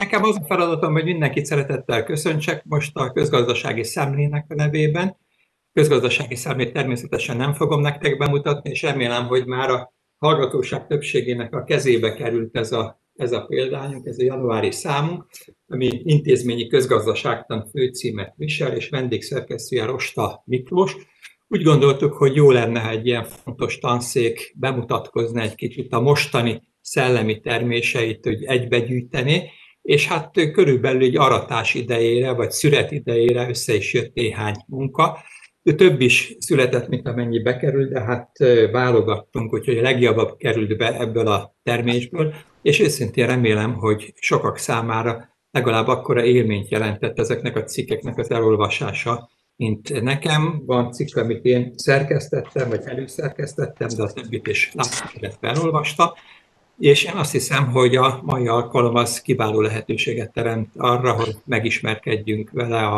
nekem az a feladatom, hogy mindenkit szeretettel köszöntsek most a közgazdasági szemlének a nevében. Közgazdasági szemlét természetesen nem fogom nektek bemutatni, és remélem, hogy már a hallgatóság többségének a kezébe került ez a példányunk, ez a januári számunk, ami intézményi közgazdaságtan főcímet visel, és vendégszerkesztője Rosta Miklós. Úgy gondoltuk, hogy jó lenne, ha egy ilyen fontos tanszék bemutatkozna egy kicsit a mostani szellemi terméseit, hogy egybegyűjteni, és hát körülbelül egy aratás idejére, vagy szüret idejére össze is jött néhány munka. Több is született, mint amennyi bekerült, de hát válogattunk, úgyhogy a legjobb került be ebből a termésből, és őszintén remélem, hogy sokak számára legalább akkora élményt jelentett ezeknek a cikkeknek az elolvasása, mint nekem. Van cikk, amit én szerkesztettem, vagy előszerkesztettem, de a többit is láttam, illetve elolvastam. És én azt hiszem, hogy a mai alkalom az kiváló lehetőséget teremt arra, hogy megismerkedjünk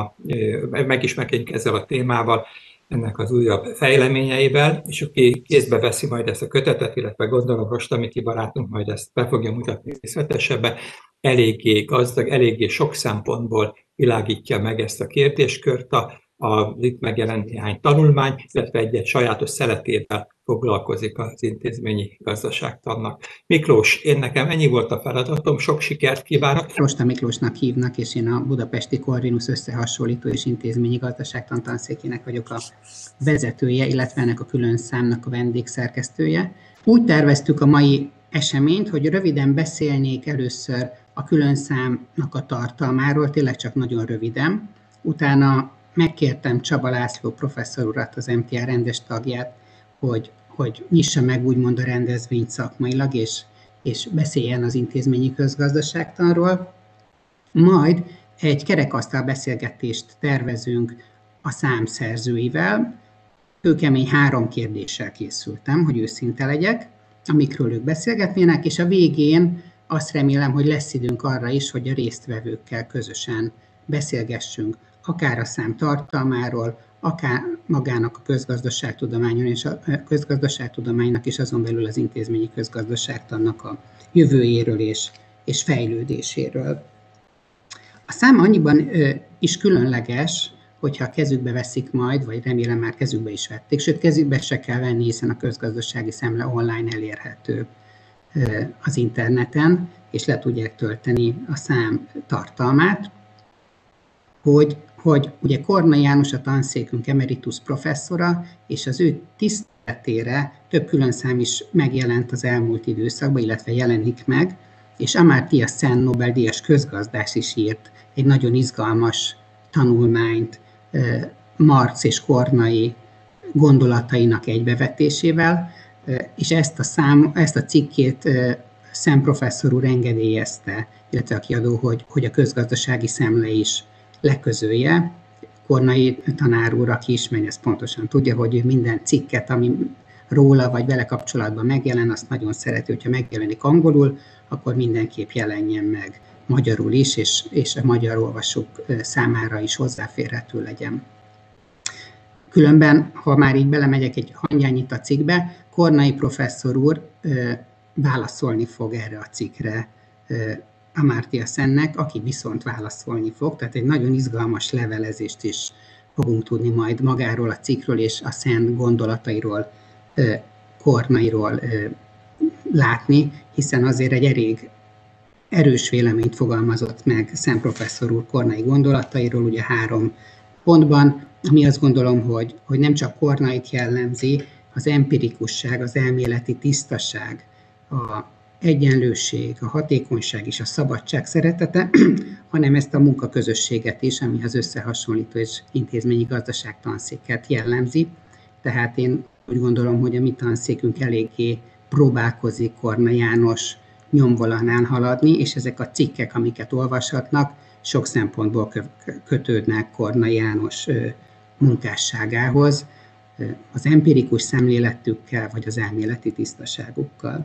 ezzel a témával, ennek az újabb fejleményeivel, és aki kézbe veszi majd ezt a kötetet, illetve gondolom Rostamiki barátunk majd ezt be fogja mutatni részletesebben, eléggé gazdag, eléggé sok szempontból világítja meg ezt a kérdéskört, a itt megjelent néhány tanulmány, illetve egy sajátos szeletével foglalkozik az intézményi gazdaságtannak. Miklós, nekem ennyi volt a feladatom, sok sikert kívánok. Rosta Miklósnak hívnak, és én a Budapesti Corvinus Összehasonlító és Intézményi Gazdaságtan tanszékének vagyok a vezetője, illetve ennek a külön számnak a vendégszerkesztője. Úgy terveztük a mai eseményt, hogy röviden beszélnék először a külön számnak a tartalmáról, tényleg csak nagyon röviden. Utána megkértem Csaba László professzor urat, az MTA rendes tagját, hogy nyissa meg úgymond a rendezvényt szakmailag, és beszéljen az intézményi közgazdaságtanról. Majd egy kerekasztal beszélgetést tervezünk a szám szerzőivel. Kőkemény 3 kérdéssel készültem, hogy őszinte legyek, amikről ők beszélgetnének, és a végén azt remélem, hogy lesz időnk arra is, hogy a résztvevőkkel közösen beszélgessünk, akár a szám tartalmáról, akár magának a közgazdaságtudományon és a közgazdaságtudománynak és azon belül az intézményi közgazdaságtannak a jövőjéről és fejlődéséről. A szám annyiban is különleges, hogyha kezükbe veszik majd, vagy remélem már kezükbe is vették, sőt kezükbe se kell venni, hiszen a közgazdasági szemle online elérhető az interneten, és le tudják tölteni a szám tartalmát, hogy ugye Kornai János a tanszékünk emeritus professzora, és az ő tiszteletére több külön szám is megjelent az elmúlt időszakban, illetve jelenik meg, és Amartya Sen Nobel-díjas közgazdász is írt egy nagyon izgalmas tanulmányt Marx és Kornai gondolatainak egybevetésével, és ezt a cikkét Sen professzor úr engedélyezte, illetve a kiadó, hogy a közgazdasági szemle is leközölje. Kornai tanár úr, aki ismeri, ezt pontosan tudja, hogy minden cikket, ami róla vagy vele kapcsolatban megjelen, azt nagyon szereti, hogyha megjelenik angolul, akkor mindenképp jelenjen meg magyarul is, és a magyar olvasók számára is hozzáférhető legyen. Különben, ha már így belemegyek egy hangyányit a cikkbe, Kornai professzor úr válaszolni fog erre a cikkre Amartya Sennek, aki viszont válaszolni fog, tehát egy nagyon izgalmas levelezést is fogunk tudni majd magáról a cikkről és a Sen gondolatairól, Kornairól látni, hiszen azért egy elég erős véleményt fogalmazott meg Sen professzor úr Kornai gondolatairól, ugye 3 pontban, ami azt gondolom, hogy nem csak Kornait jellemzi, az empirikusság, az elméleti tisztaság, a egyenlőség, a hatékonyság és a szabadság szeretete, hanem ezt a munkaközösséget is, ami az összehasonlító és intézményi gazdaságtanszéket jellemzi. Tehát én úgy gondolom, hogy a mi tanszékünk eléggé próbálkozik Kornai János nyomvonalán haladni, és ezek a cikkek, amiket olvashatnak, sok szempontból kötődnek Kornai János munkásságához, az empirikus szemléletükkel, vagy az elméleti tisztaságukkal.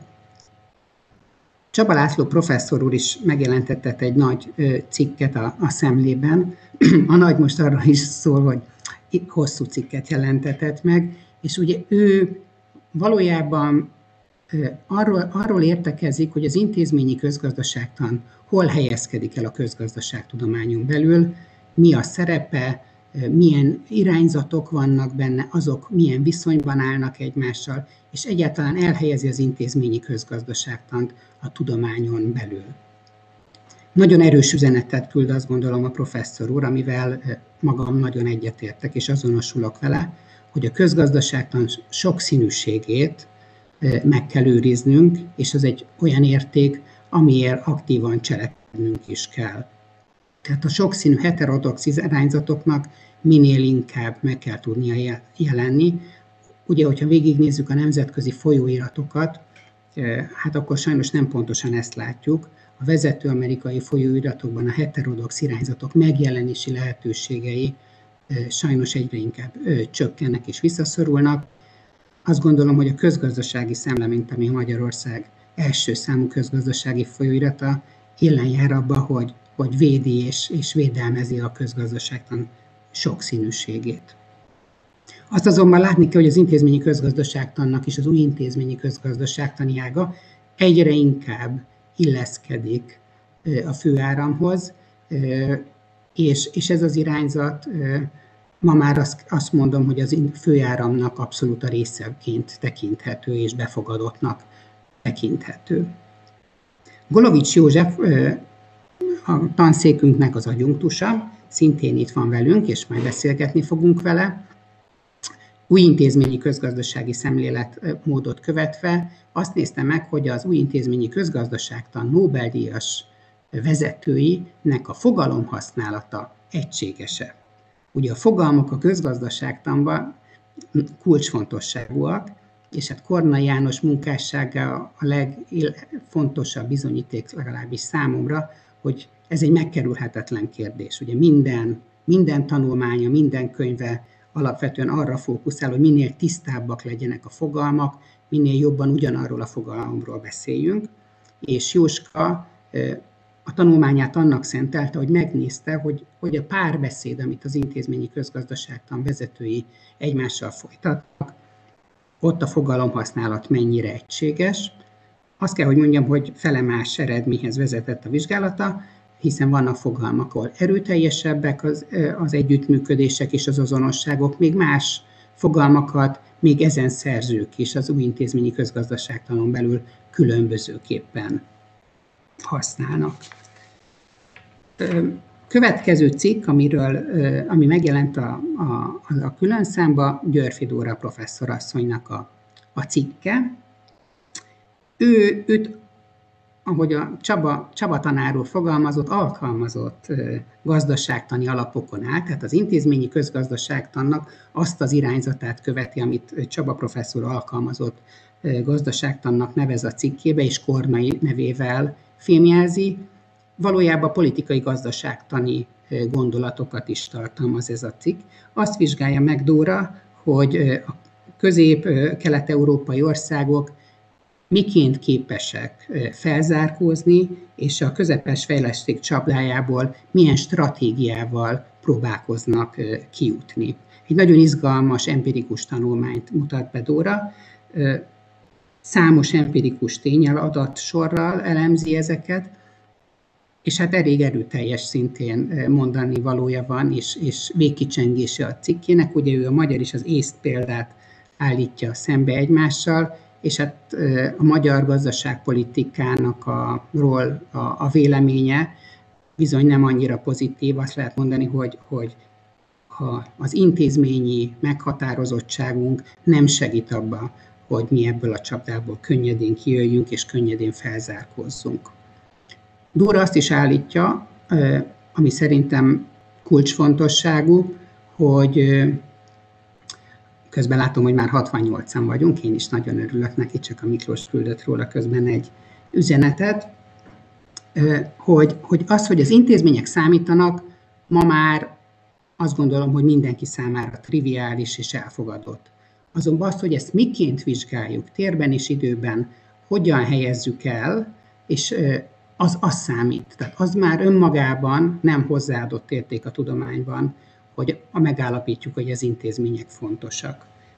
Csaba László professzor úr is megjelentetett egy nagy cikket a szemlében. A nagy most arra is szól, hogy hosszú cikket jelentetett meg, és ugye ő valójában arról értekezik, hogy az intézményi közgazdaságtan hol helyezkedik el a közgazdaságtudományon belül, mi a szerepe, milyen irányzatok vannak benne, azok milyen viszonyban állnak egymással, és egyáltalán elhelyezi az intézményi közgazdaságtant a tudományon belül. Nagyon erős üzenetet küld, azt gondolom, a professzor úr, amivel magam nagyon egyetértek, és azonosulok vele, hogy a közgazdaságtan sokszínűségét meg kell őriznünk, és az egy olyan érték, amiért aktívan cselekednünk is kell. Tehát a sokszínű heterodox irányzatoknak minél inkább meg kell tudnia jelenni. Ugye, hogyha végignézzük a nemzetközi folyóiratokat, hát akkor sajnos nem pontosan ezt látjuk. A vezető amerikai folyóiratokban a heterodox irányzatok megjelenési lehetőségei sajnos egyre inkább csökkennek és visszaszorulnak. Azt gondolom, hogy a közgazdasági szemlemény, ami Magyarország első számú közgazdasági folyóirata, élen jár abba, hogy védi és védelmezi a közgazdaságtan sokszínűségét. Azt azonban látni kell, hogy az intézményi közgazdaságtannak és az új intézményi közgazdaságtani ága egyre inkább illeszkedik a főáramhoz, és ez az irányzat ma már azt mondom, hogy az főáramnak abszolút a részeként tekinthető és befogadottnak tekinthető. Golovics József a tanszékünknek az adjunktusa, szintén itt van velünk, és majd beszélgetni fogunk vele. Új intézményi közgazdasági szemléletmódot követve azt nézte meg, hogy az új intézményi közgazdaságtan Nobel-díjas vezetőinek a fogalomhasználata egységese. Ugye a fogalmak a közgazdaságtanban kulcsfontosságúak, és hát Kornai János munkássága a legfontosabb bizonyíték legalábbis számomra, hogy ez egy megkerülhetetlen kérdés. Ugye minden tanulmánya, minden könyve alapvetően arra fókuszál, hogy minél tisztábbak legyenek a fogalmak, minél jobban ugyanarról a fogalomról beszéljünk, és Jóska a tanulmányát annak szentelte, hogy megnézte, hogy a párbeszéd, amit az intézményi közgazdaságtan vezetői egymással folytatnak, ott a fogalomhasználat mennyire egységes. Azt kell, hogy mondjam, hogy felemás eredményhez vezetett a vizsgálata, hiszen vannak fogalmak, ahol erőteljesebbek az együttműködések és az azonosságok, még más fogalmakat, még ezen szerzők is az új intézményi közgazdaságtanon belül különbözőképpen használnak. Következő cikk, ami megjelent a külön számba, Györffy Dóra professzorasszonynak a cikke. Őt, ahogy a Csaba tanár úr fogalmazott, alkalmazott gazdaságtani alapokon áll, tehát az intézményi közgazdaságtannak azt az irányzatát követi, amit Csaba professzor alkalmazott gazdaságtannak nevez a cikkébe, és Kornai nevével fémjelzi. Valójában politikai gazdaságtani gondolatokat is tartalmaz ez a cikk. Azt vizsgálja meg Dóra, hogy a közép-kelet-európai országok miként képesek felzárkózni, és a közepes fejlettség csapdájából milyen stratégiával próbálkoznak kijutni. Egy nagyon izgalmas empirikus tanulmányt mutat be Dóra, számos empirikus ténnyel, adatsorral elemzi ezeket, és hát elég erőteljes szintén mondani valója van, és végkicsengése a cikkének. Ugye ő a magyar és az észt példát állítja szembe egymással, és hát a magyar gazdaságpolitikának a véleménye bizony nem annyira pozitív. Azt lehet mondani, hogy az intézményi meghatározottságunk nem segít abba, hogy mi ebből a csapdából könnyedén kijöjjünk és könnyedén felzárkózzunk. Dóra azt is állítja, ami szerintem kulcsfontosságú, hogy közben látom, hogy már 68-an vagyunk, én is nagyon örülök neki, csak a Miklós küldött róla közben egy üzenetet, hogy az intézmények számítanak, ma már azt gondolom, hogy mindenki számára triviális és elfogadott. Azonban azt, hogy ezt miként vizsgáljuk, térben és időben, hogyan helyezzük el, és az számít. Tehát az már önmagában nem hozzáadott érték a tudományban, hogy megállapítjuk, hogy az intézmények fontosak.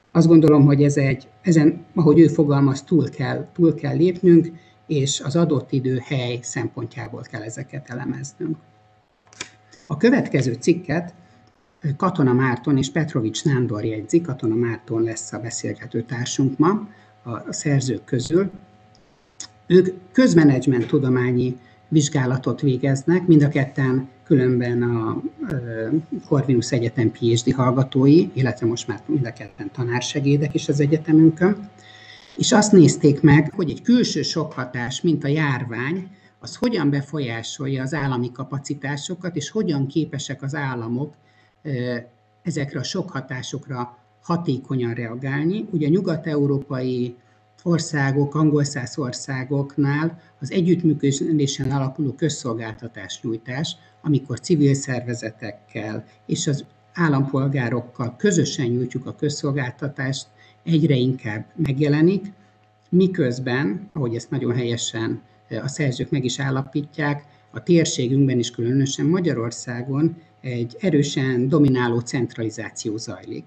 Azt gondolom, hogy ezen, ahogy ő fogalmaz, túl kell lépnünk, és az adott idő, hely szempontjából kell ezeket elemeznünk. A következő cikket Katona Márton és Petrovics Nándor jegyzi. Katona Márton lesz a beszélgető társunk ma a szerzők közül. Ők közmenedzsment tudományi vizsgálatot végeznek, mind a ketten különben a Corvinus Egyetem PhD hallgatói, illetve most már mind a ketten tanársegédek is az egyetemünkön, és azt nézték meg, hogy egy külső sokhatás, mint a járvány, az hogyan befolyásolja az állami kapacitásokat, és hogyan képesek az államok ezekre a sokhatásokra hatékonyan reagálni. Ugye a nyugat-európai országok, angolszász országoknál az együttműködésen alapuló közszolgáltatásnyújtás, amikor civil szervezetekkel és az állampolgárokkal közösen nyújtjuk a közszolgáltatást, egyre inkább megjelenik, miközben, ahogy ezt nagyon helyesen a szerzők meg is állapítják, a térségünkben is, különösen Magyarországon egy erősen domináló centralizáció zajlik.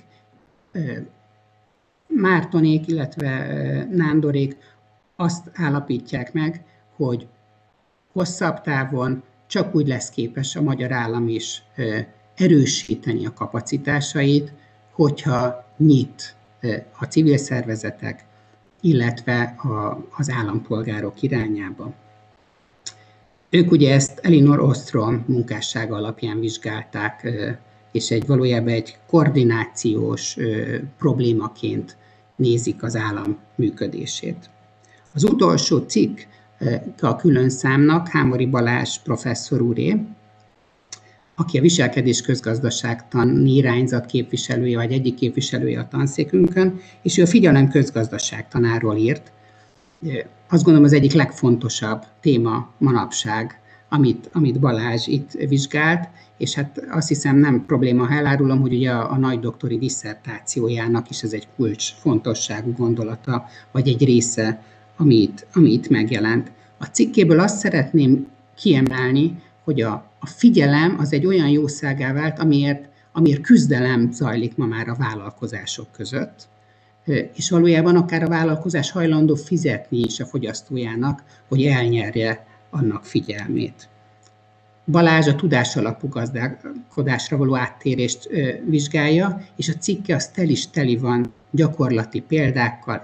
Mártonék, illetve Nándorék azt állapítják meg, hogy hosszabb távon csak úgy lesz képes a magyar állam is erősíteni a kapacitásait, hogyha nyit a civil szervezetek, illetve az állampolgárok irányába. Ők ugye ezt Elinor Ostrom munkássága alapján vizsgálták, és valójában egy koordinációs problémaként nézik az állam működését. Az utolsó cikk a külön számnak Hámori Balázs professzor úré, aki a viselkedés közgazdaságtani irányzat képviselője, vagy egyik képviselője a tanszékünkön, és ő a figyelem közgazdaságtanáról írt. Azt gondolom az egyik legfontosabb téma manapság, amit Balázs itt vizsgált, és hát azt hiszem nem probléma, ha elárulom, hogy ugye a nagy doktori disszertációjának is ez egy kulcsfontosságú gondolata, vagy egy része, ami itt megjelent. A cikkéből azt szeretném kiemelni, hogy a figyelem az egy olyan jószággá vált, amiért küzdelem zajlik ma már a vállalkozások között, és valójában akár a vállalkozás hajlandó fizetni is a fogyasztójának, hogy elnyerje annak figyelmét. Balázs a tudásalapú gazdálkodásra való áttérést vizsgálja, és a cikke az teli van gyakorlati példákkal,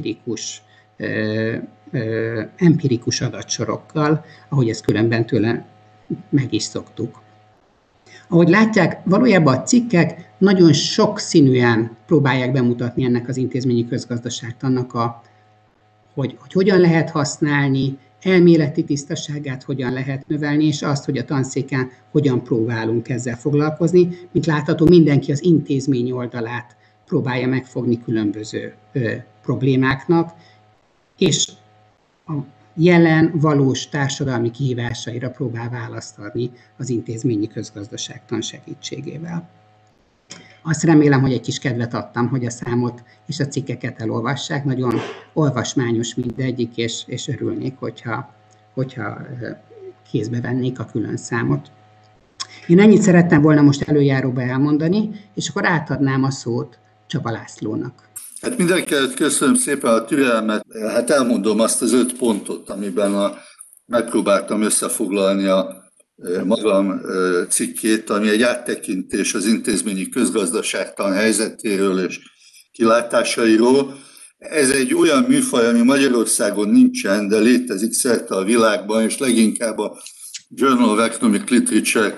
empirikus adatsorokkal, ahogy ezt különben tőle meg is szoktuk. Ahogy látják, valójában a cikkek nagyon sokszínűen próbálják bemutatni ennek az intézményi közgazdaságtannak, hogy hogyan lehet használni, elméleti tisztaságát hogyan lehet növelni, és azt, hogy a tanszéken hogyan próbálunk ezzel foglalkozni. Mint látható, mindenki az intézmény oldalát próbálja megfogni különböző problémáknak, és a jelen, valós társadalmi kihívásaira próbál választ adni az intézményi közgazdaságtan segítségével. Azt remélem, hogy egy kis kedvet adtam, hogy a számot és a cikkeket elolvassák. Nagyon olvasmányos mindegyik, és örülnék, hogyha kézbe vennék a külön számot. Én ennyit szerettem volna most előjáróba elmondani, és akkor átadnám a szót Csaba Lászlónak. Hát mindenkelőtt köszönöm szépen a türelmet. Hát elmondom azt az 5 pontot, amiben megpróbáltam összefoglalni a magam cikkét, ami egy áttekintés az intézményi közgazdaságtan helyzetéről és kilátásairól. Ez egy olyan műfaj, ami Magyarországon nincsen, de létezik szerte a világban, és leginkább a Journal of Economic Literature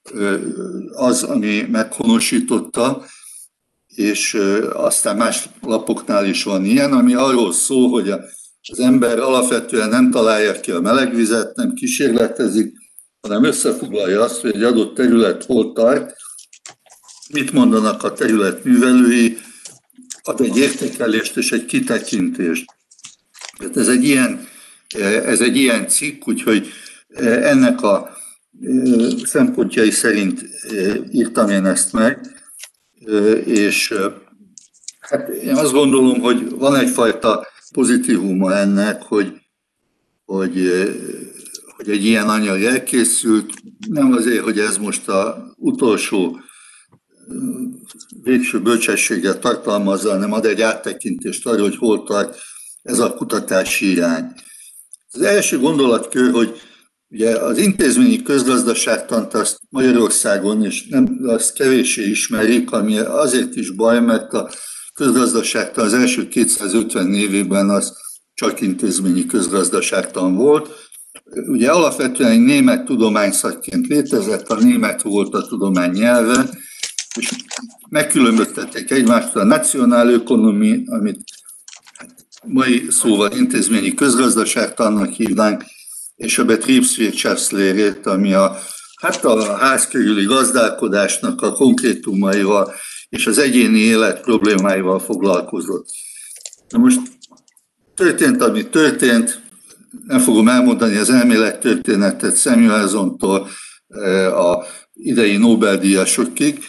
az, ami meghonosította, és aztán más lapoknál is van ilyen, ami arról szól, hogy az ember alapvetően nem találja ki a melegvizet, nem kísérletezik, hanem összefoglalja azt, hogy egy adott terület hol tart, mit mondanak a terület művelői, ad egy értékelést és egy kitekintést. Tehát ez egy ilyen cikk, úgyhogy ennek a szempontjai szerint írtam én ezt meg, és hát én azt gondolom, hogy van egyfajta pozitívuma ennek, hogy egy ilyen anyag elkészült, nem azért, hogy ez most az utolsó végső bölcsességet tartalmazza, hanem ad egy áttekintést arra, hogy hol tart ez a kutatási irány. Az első gondolatkör, hogy ugye az intézményi közgazdaságtant azt Magyarországon, és nem, azt kevéssé ismerik, ami azért is baj, mert a közgazdaságtan az első 250 évében az csak intézményi közgazdaságtan volt. Ugye alapvetően egy német tudományszakként létezett, a német volt a tudomány nyelve, és megkülönböztették egymástól a nationalökonomi, amit mai szóval intézményi közgazdaságtannak hívnánk, és a Betriebswirtschaftslehre, ami a ház körüli gazdálkodásnak a konkrétumaival és az egyéni élet problémáival foglalkozott. Na most történt, ami történt, nem fogom elmondani az elmélettörténetet Samuelsontól a idei Nobel-díjasokig,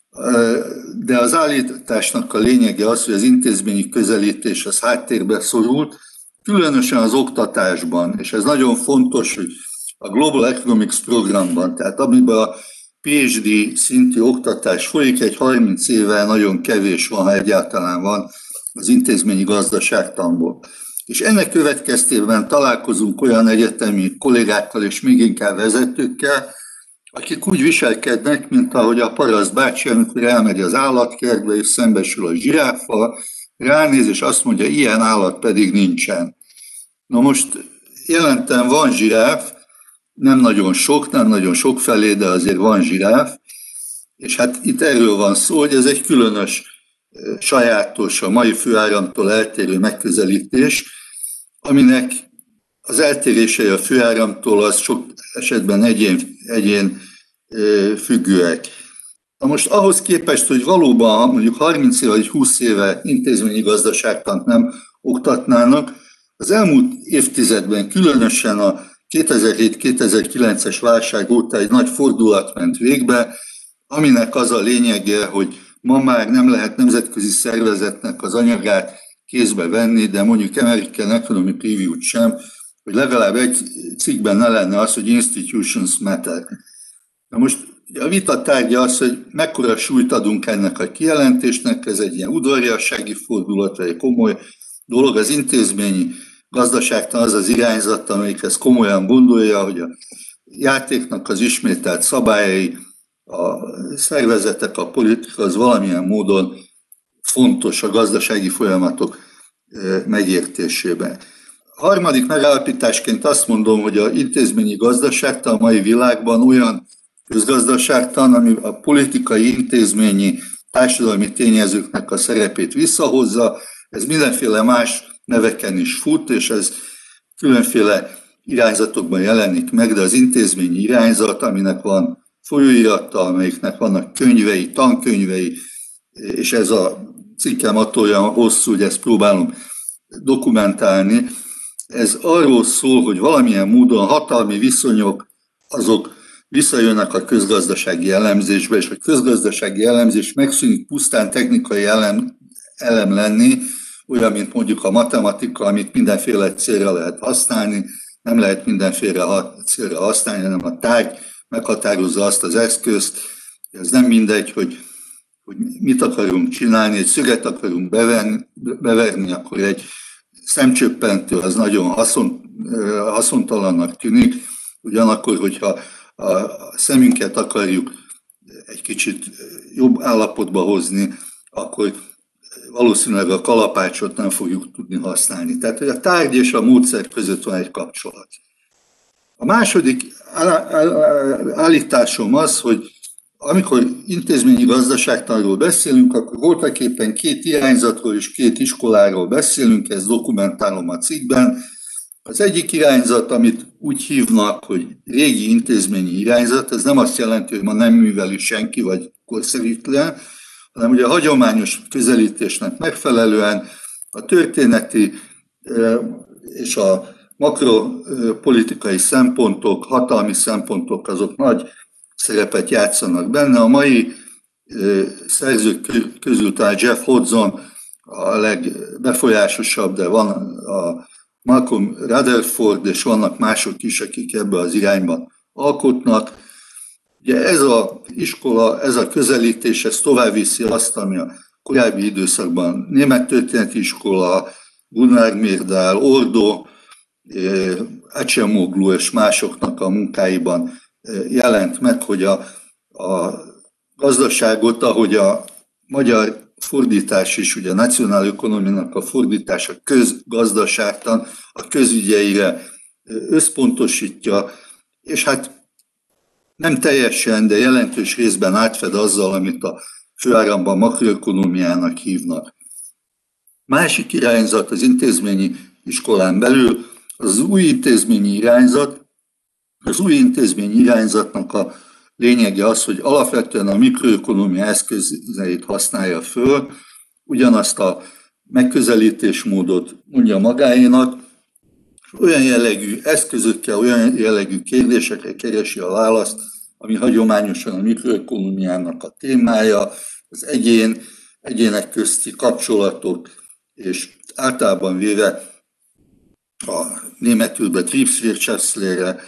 de az állításnak a lényege az, hogy az intézményi közelítés az háttérbe szorult, különösen az oktatásban, és ez nagyon fontos, hogy a Global Economics programban, tehát amiben a PhD szintű oktatás folyik, egy 30 éve nagyon kevés van, ha egyáltalán van az intézményi gazdaságtanból. És ennek következtében találkozunk olyan egyetemi kollégákkal és még inkább vezetőkkel, akik úgy viselkednek, mint ahogy a paraszt bácsi, amikor elmegy az állatkertbe és szembesül a zsiráffal, ránéz és azt mondja, ilyen állat pedig nincsen. Na most jelentem, van zsiráf, nem nagyon sok felé, de azért van zsiráf, és hát itt erről van szó, hogy ez egy különös, sajátos, a mai főáramtól eltérő megközelítés, aminek az eltérései a főáramtól az sok esetben egyén függőek. Na most ahhoz képest, hogy valóban mondjuk 30 éve vagy 20 éve intézményi gazdaságtant nem oktatnának, az elmúlt évtizedben, különösen a 2007-2009-es válság óta egy nagy fordulat ment végbe, aminek az a lényege, hogy ma már nem lehet nemzetközi szervezetnek az anyagát kézbe venni, de mondjuk American Economic Review-t sem, hogy legalább egy cikkben ne lenne az, hogy institutions matter. Na most a vita tárgya az, hogy mekkora súlyt adunk ennek a kijelentésnek, ez egy ilyen udvariassági fordulat, vagy egy komoly dolog, az intézményi gazdaságtan az az irányzat, amelyik ezt komolyan gondolja, hogy a játéknak az ismételt szabályai, a szervezetek, a politika az valamilyen módon fontos a gazdasági folyamatok megértésében. A harmadik megállapításként azt mondom, hogy az intézményi gazdaságtan a mai világban olyan közgazdaságtan, ami a politikai, intézményi, társadalmi tényezőknek a szerepét visszahozza, ez mindenféle más neveken is fut, és ez különféle irányzatokban jelenik meg, de az intézményi irányzat, aminek van folyóirata, amelyiknek vannak könyvei, tankönyvei, és ez a cikkem attól olyan hosszú, hogy ezt próbálom dokumentálni, ez arról szól, hogy valamilyen módon hatalmi viszonyok, azok visszajönnek a közgazdasági elemzésbe, és a közgazdasági elemzés megszűnik pusztán technikai elem lenni, olyan, mint mondjuk a matematika, amit mindenféle célra lehet használni, nem lehet mindenféle célra használni, hanem a tárgy meghatározza azt az eszközt. Ez nem mindegy, hogy mit akarunk csinálni, egy szöget akarunk beverni, akkor egy szemcsöppentő az nagyon haszontalannak tűnik, ugyanakkor, hogyha a szemünket akarjuk egy kicsit jobb állapotba hozni, akkor valószínűleg a kalapácsot nem fogjuk tudni használni. Tehát, hogy a tárgy és a módszer között van egy kapcsolat. A második állításom az, hogy amikor intézményi gazdaságtanról beszélünk, akkor voltaképpen két irányzatról és két iskoláról beszélünk, ezt dokumentálom a cikkben. Az egyik irányzat, amit úgy hívnak, hogy régi intézményi irányzat, ez nem azt jelenti, hogy ma nem műveli senki, vagy korszerűtlen, hanem ugye a hagyományos közelítésnek megfelelően a történeti és a makropolitikai szempontok, hatalmi szempontok, azok nagy szerepet játszanak benne. A mai szerzők közül talán Jeff Hodgson a legbefolyásosabb, de van a Malcolm Rutherford, és vannak mások is, akik ebbe az irányba alkotnak. Ugye ez a iskola, ez a közelítés, ez tovább viszi azt, ami a korábbi időszakban német történeti iskola, Gunnar Myrdal, Ordo, Acemoglu és másoknak a munkáiban jelent meg, hogy a gazdaságot, ahogy a magyar fordítás is, ugye a nacionálökonomiának a fordítása közgazdaságtan, a közügyeire összpontosítja, és hát nem teljesen, de jelentős részben átfed azzal, amit a főáramban makroökonomiának hívnak. Másik irányzat az intézményi iskolán belül, az új intézményi irányzat. Az új intézményi irányzatnak a lényege az, hogy alapvetően a mikroökonomia eszközeit használja föl, ugyanazt a megközelítésmódot mondja magáénak, olyan jellegű eszközökkel, olyan jellegű kérdésekre keresi a választ, ami hagyományosan a mikroökonomiának a témája, az egyének közti kapcsolatok, és általában véve a németül Betriebswirtschaftslehre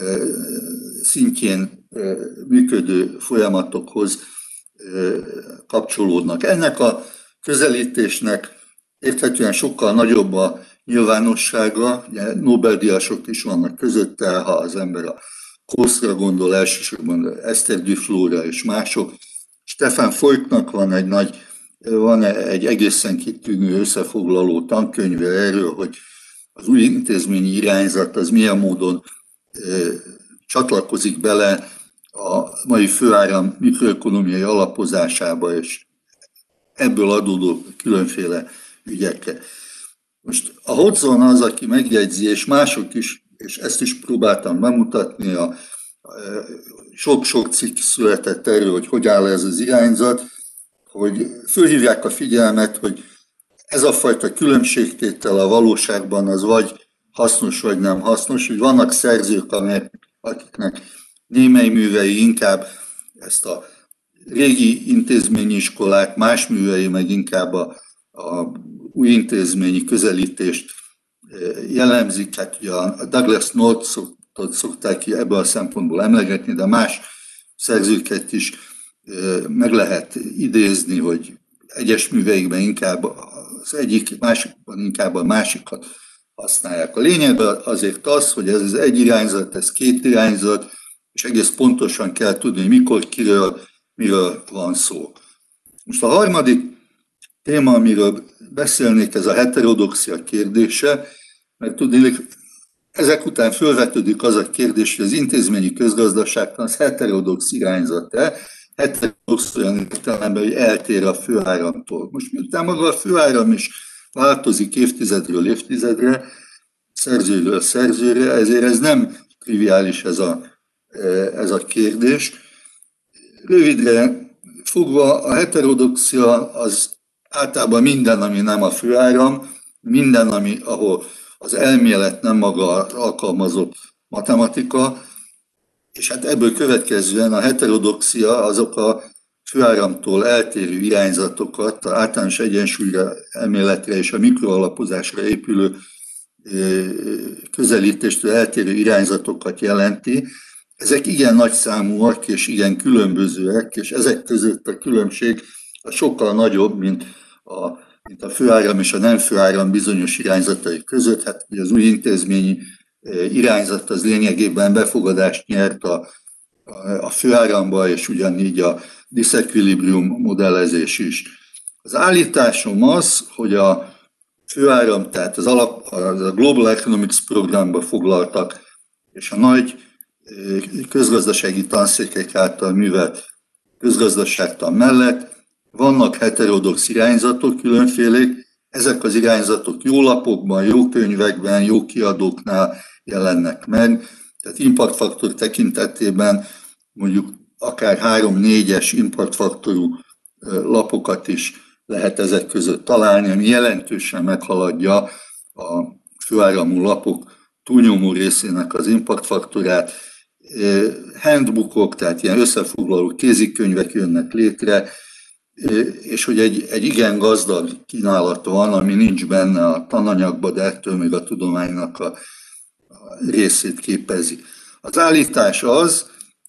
szintjén működő folyamatokhoz kapcsolódnak. Ennek a közelítésnek érthetően sokkal nagyobb a nyilvánossága, ugye Nobel-díjasok is vannak közötte, ha az ember a Koszra gondol, elsősorban Eszter Duflóra és mások. Stefan Voigtnak van egy egészen kitűnő összefoglaló tankönyve erről, hogy az új intézményi irányzat az milyen módon csatlakozik bele a mai főáram mikroökonomiai alapozásába, és ebből adódó különféle ügyekre. Most a Hodgson az, aki megjegyzi, és mások is, és ezt is próbáltam bemutatni, sok-sok cikk született erről, hogy áll ez az irányzat, hogy fölhívják a figyelmet, hogy ez a fajta különbségtétel a valóságban az vagy hasznos, vagy nem hasznos, hogy vannak szerzők, akiknek némely művei inkább ezt a régi intézményi iskolát, más művei meg inkább a új intézményi közelítést jellemzik. Hát ugye a Douglas Northot szokták ebből a szempontból emlegetni, de más szerzőket is meg lehet idézni, hogy egyes műveikben inkább az egyik, másikban inkább a másikat használják. A lényeg azért az, hogy ez egy irányzat, ez két irányzat, és egész pontosan kell tudni, hogy mikor, miről van szó. Most a harmadik téma, amiről beszélnék, ez a heterodoxia kérdése, mert tudni, ezek után felvetődik az a kérdés, hogy az intézményi közgazdaságtan az heterodox irányzat-e, heterodox olyan értelemben, hogy eltér a főáramtól. Most miután maga a főáram is változik évtizedről évtizedre, szerzőről szerzőre, ezért ez nem triviális ez a kérdés. Rövidre fogva a heterodoxia az általában minden, ami nem a főáram, minden, ahol az elmélet nem maga alkalmazott matematika, és hát ebből következően a heterodoxia azok a főáramtól eltérő irányzatokat, az általános egyensúlyra elméletre és a mikroalapozásra épülő közelítéstől eltérő irányzatokat jelenti. Ezek igen nagyszámúak és igen különbözőek, és ezek között a különbség sokkal nagyobb, mint a főáram és a nem főáram bizonyos irányzatai között. Hát az új intézményi irányzat az lényegében befogadást nyert a főáramba, és ugyanígy a disequilibrium modellezés is. Az állításom az, hogy a főáram, tehát a Global Economics programba foglaltak, és a nagy közgazdasági tanszékek által művelt közgazdaságtan mellett vannak heterodox irányzatok, különfélék. Ezek az irányzatok jó lapokban, jó könyvekben, jó kiadóknál jelennek meg. Tehát impactfaktor tekintetében mondjuk akár 3-4-es impactfaktorú lapokat is lehet ezek között találni, ami jelentősen meghaladja a főáramú lapok túlnyomó részének az impactfaktorát. Handbookok, tehát ilyen összefoglaló kézikönyvek jönnek létre, és hogy egy igen gazdag kínálat van, ami nincs benne a tananyagban, de ettől még a tudománynak a részét képezi. Az állítás az,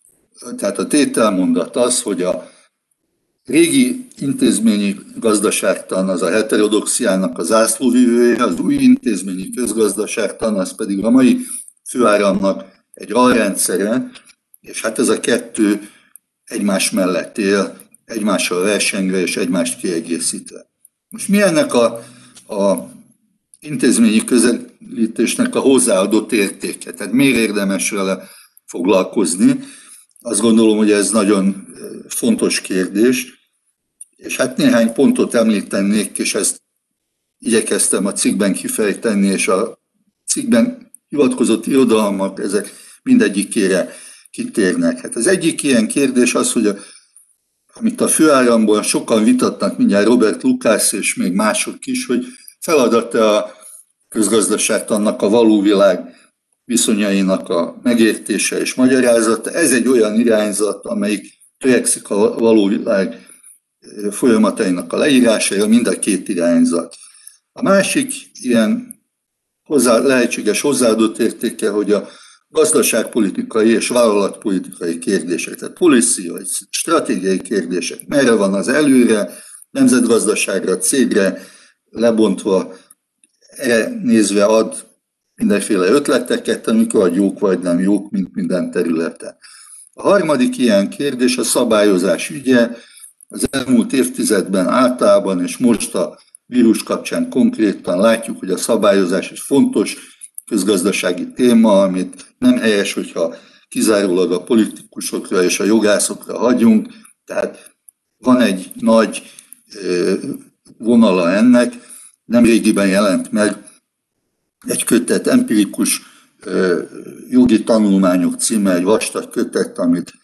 tehát a tételmondat az, hogy a régi intézményi gazdaságtan az a heterodoxiának a zászlóvivője, az új intézményi közgazdaságtan az pedig a mai főáramnak egy alrendszere, és hát ez a kettő egymás mellett él, egymással versengve és egymást kiegészítve. Most mi ennek a intézményi közelítésnek a hozzáadott értéke? Tehát miért érdemes vele foglalkozni? Azt gondolom, hogy ez nagyon fontos kérdés, és hát néhány pontot említenék, és ezt igyekeztem a cikkben kifejteni, és a cikkben hivatkozott irodalmak, ezek mindegyikére kitérnek. Hát az egyik ilyen kérdés az, hogy amit a főáramból sokan vitatnak, mindjárt Robert Lucas és még mások is, hogy feladat-e a közgazdaságtannak a való világ viszonyainak a megértése és magyarázata. Ez egy olyan irányzat, amelyik törekszik a való világ folyamatainak a leírására, mind a két irányzat. A másik ilyen lehetséges hozzáadott értéke, hogy a gazdaságpolitikai és vállalatpolitikai kérdések, tehát policy vagy stratégiai kérdések, merre van az előre, nemzetgazdaságra, cégre lebontva, erre nézve ad mindenféle ötleteket, amik vagy jók, vagy nem jók, mint minden területen. A harmadik ilyen kérdés a szabályozás ügye. Az elmúlt évtizedben általában, és most a vírus kapcsán konkrétan látjuk, hogy a szabályozás egy fontos közgazdasági téma, amit nem helyes, hogyha kizárólag a politikusokra és a jogászokra hagyunk. Tehát van egy nagy vonala ennek. Nemrégiben jelent meg egy kötet, empirikus jogi tanulmányok címe, egy vastag kötet, amit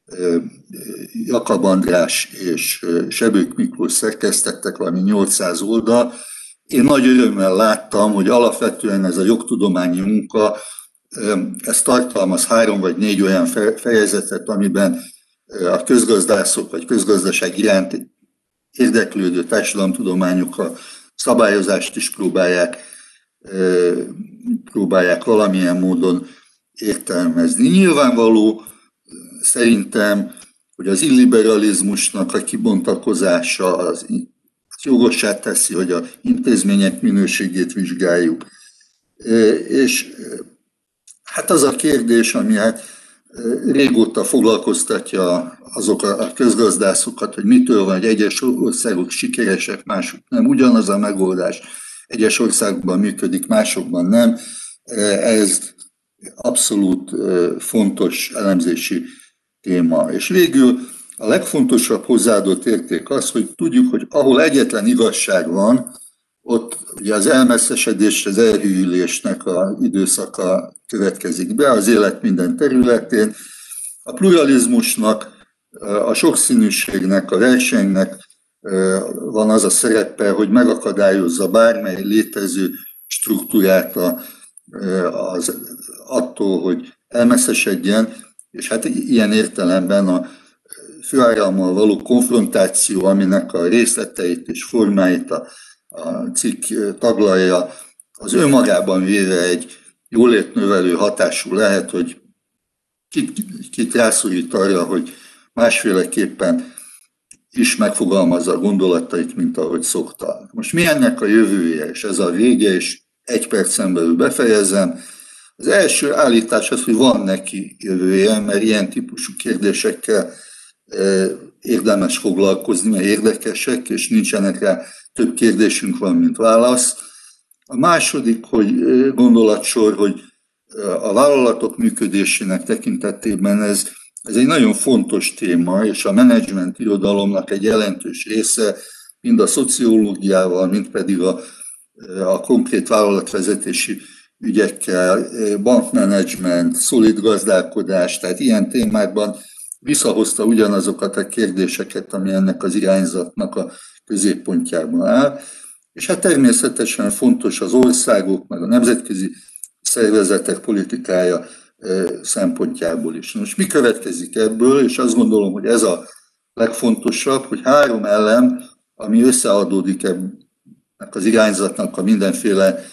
Jakab András és Sebők Miklós szerkesztettek, valami 800 oldal. Én nagy örömmel láttam, hogy alapvetően ez a jogtudományi munka, ez tartalmaz 3 vagy 4 olyan fejezetet, amiben a közgazdászok vagy közgazdaság iránt érdeklődő társadalomtudományok a szabályozást is próbálják valamilyen módon értelmezni. Nyilvánvaló szerintem, hogy az illiberalizmusnak a kibontakozása az jogossá teszi, hogy az intézmények minőségét vizsgáljuk. És hát az a kérdés, ami hát régóta foglalkoztatja azok a közgazdászokat, hogy mitől van, hogy egyes országok sikeresek, mások nem. Ugyanaz a megoldás egyes országban működik, másokban nem. Ez abszolút fontos elemzési téma. És végül a legfontosabb hozzáadott érték az, hogy tudjuk, hogy ahol egyetlen igazság van, ott ugye az elmesszesedés, az elhűlésnek az időszaka következik be az élet minden területén. A pluralizmusnak, a sokszínűségnek, a versenynek van az a szerepe, hogy megakadályozza bármely létező struktúrát attól, hogy elmesszesedjen, és hát ilyen értelemben a főárammal való konfrontáció, aminek a részleteit és formáit a cikk taglalja, az önmagában véve egy jólétnövelő hatású lehet, hogy kit rászorít arra, hogy másféleképpen is megfogalmazza a gondolatait, mint ahogy szokta. Most mi ennek a jövője, és ez a vége, és 1 percen belül befejezem. Az első állítás az, hogy van neki jövője, mert ilyen típusú kérdésekkel érdemes foglalkozni, mert érdekesek, és nincsenek rá, több kérdésünk van, mint válasz. A második gondolatsor, hogy a vállalatok működésének tekintetében ez egy nagyon fontos téma, és a menedzsment irodalomnak egy jelentős része, mind a szociológiával, mind pedig a konkrét vállalatvezetési ügyekkel, bankmenedzsment, szolid gazdálkodás, tehát ilyen témákban visszahozta ugyanazokat a kérdéseket, ami ennek az irányzatnak a középpontjában áll. És hát természetesen fontos az országok, meg a nemzetközi szervezetek politikája szempontjából is. Most mi következik ebből, és azt gondolom, hogy ez a legfontosabb, hogy 3 elem, ami összeadódik ennek az irányzatnak a mindenféle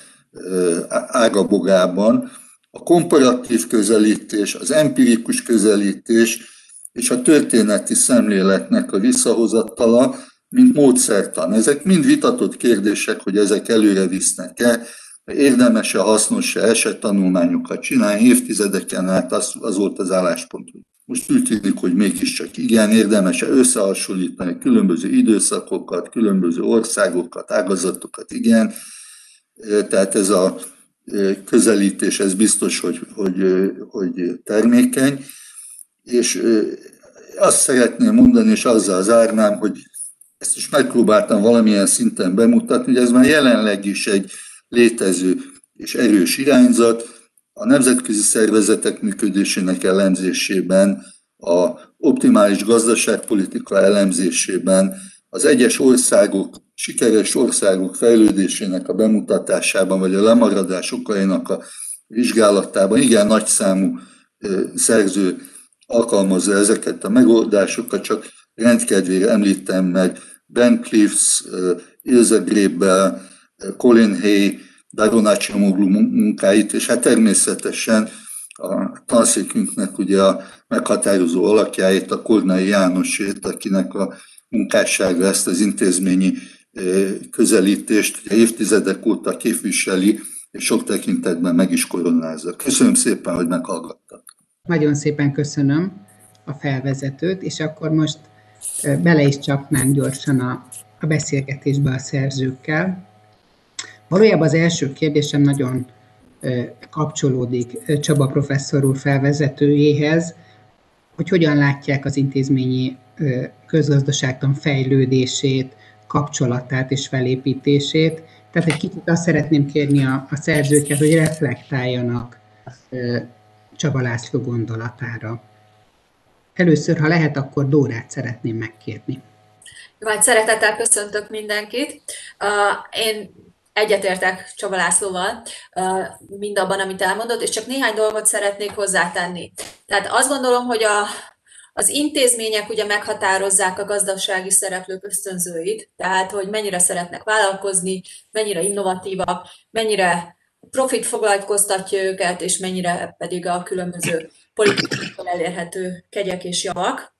ágabogában, a komparatív közelítés, az empirikus közelítés, és a történeti szemléletnek a visszahozatala, mint módszertan. Ezek mind vitatott kérdések, hogy ezek előre visznek-e, érdemes-e, hasznos-e esettanulmányokat csinálni, évtizedeken át az volt az álláspont. Most úgy tűnik, hogy mégiscsak igen, érdemes-e összehasonlítani különböző időszakokat, különböző országokat, ágazatokat, igen. Tehát ez a közelítés, ez biztos, hogy termékeny. És azt szeretném mondani, és azzal zárnám, hogy ezt is megpróbáltam valamilyen szinten bemutatni, hogy ez már jelenleg is egy létező és erős irányzat. A nemzetközi szervezetek működésének elemzésében, a optimális gazdaságpolitika elemzésében, az egyes országok, sikeres országok fejlődésének a bemutatásában, vagy a lemaradás okainak a vizsgálatában igen nagy számú szerző alkalmazza ezeket a megoldásokat, csak rendkedvére említem meg Ben Cliffs, Ilse Grebel, Colin Hay, Daron Acemoglu munkáit, és hát természetesen a tanszékünknek ugye a meghatározó alakjáit, a Kornai Jánosét, akinek a munkássága ezt az intézményi közelítést ugye évtizedek óta képviseli, és sok tekintetben meg is koronázza. Köszönöm szépen, hogy meghallgattak. Nagyon szépen köszönöm a felvezetőt, és akkor most bele is csapnánk gyorsan a beszélgetésbe a szerzőkkel. Valójában az első kérdésem nagyon kapcsolódik Csaba professzor úr felvezetőjéhez, hogy hogyan látják az intézményi közgazdaságtan fejlődését, kapcsolatát és felépítését. Tehát egy kicsit azt szeretném kérni a szerzőket, hogy reflektáljanak Csaba László gondolatára. Először, ha lehet, akkor Dórát szeretném megkérni. Jó, hát szeretettel köszöntök mindenkit. Én egyetértek Csaba Lászlóval mindabban, amit elmondott, és csak néhány dolgot szeretnék hozzátenni. Tehát azt gondolom, hogy az intézmények ugye meghatározzák a gazdasági szereplők ösztönzőit, tehát hogy mennyire szeretnek vállalkozni, mennyire innovatívak, mennyire profit foglalkoztatja őket, és mennyire pedig a különböző politikákkal elérhető kegyek és javak.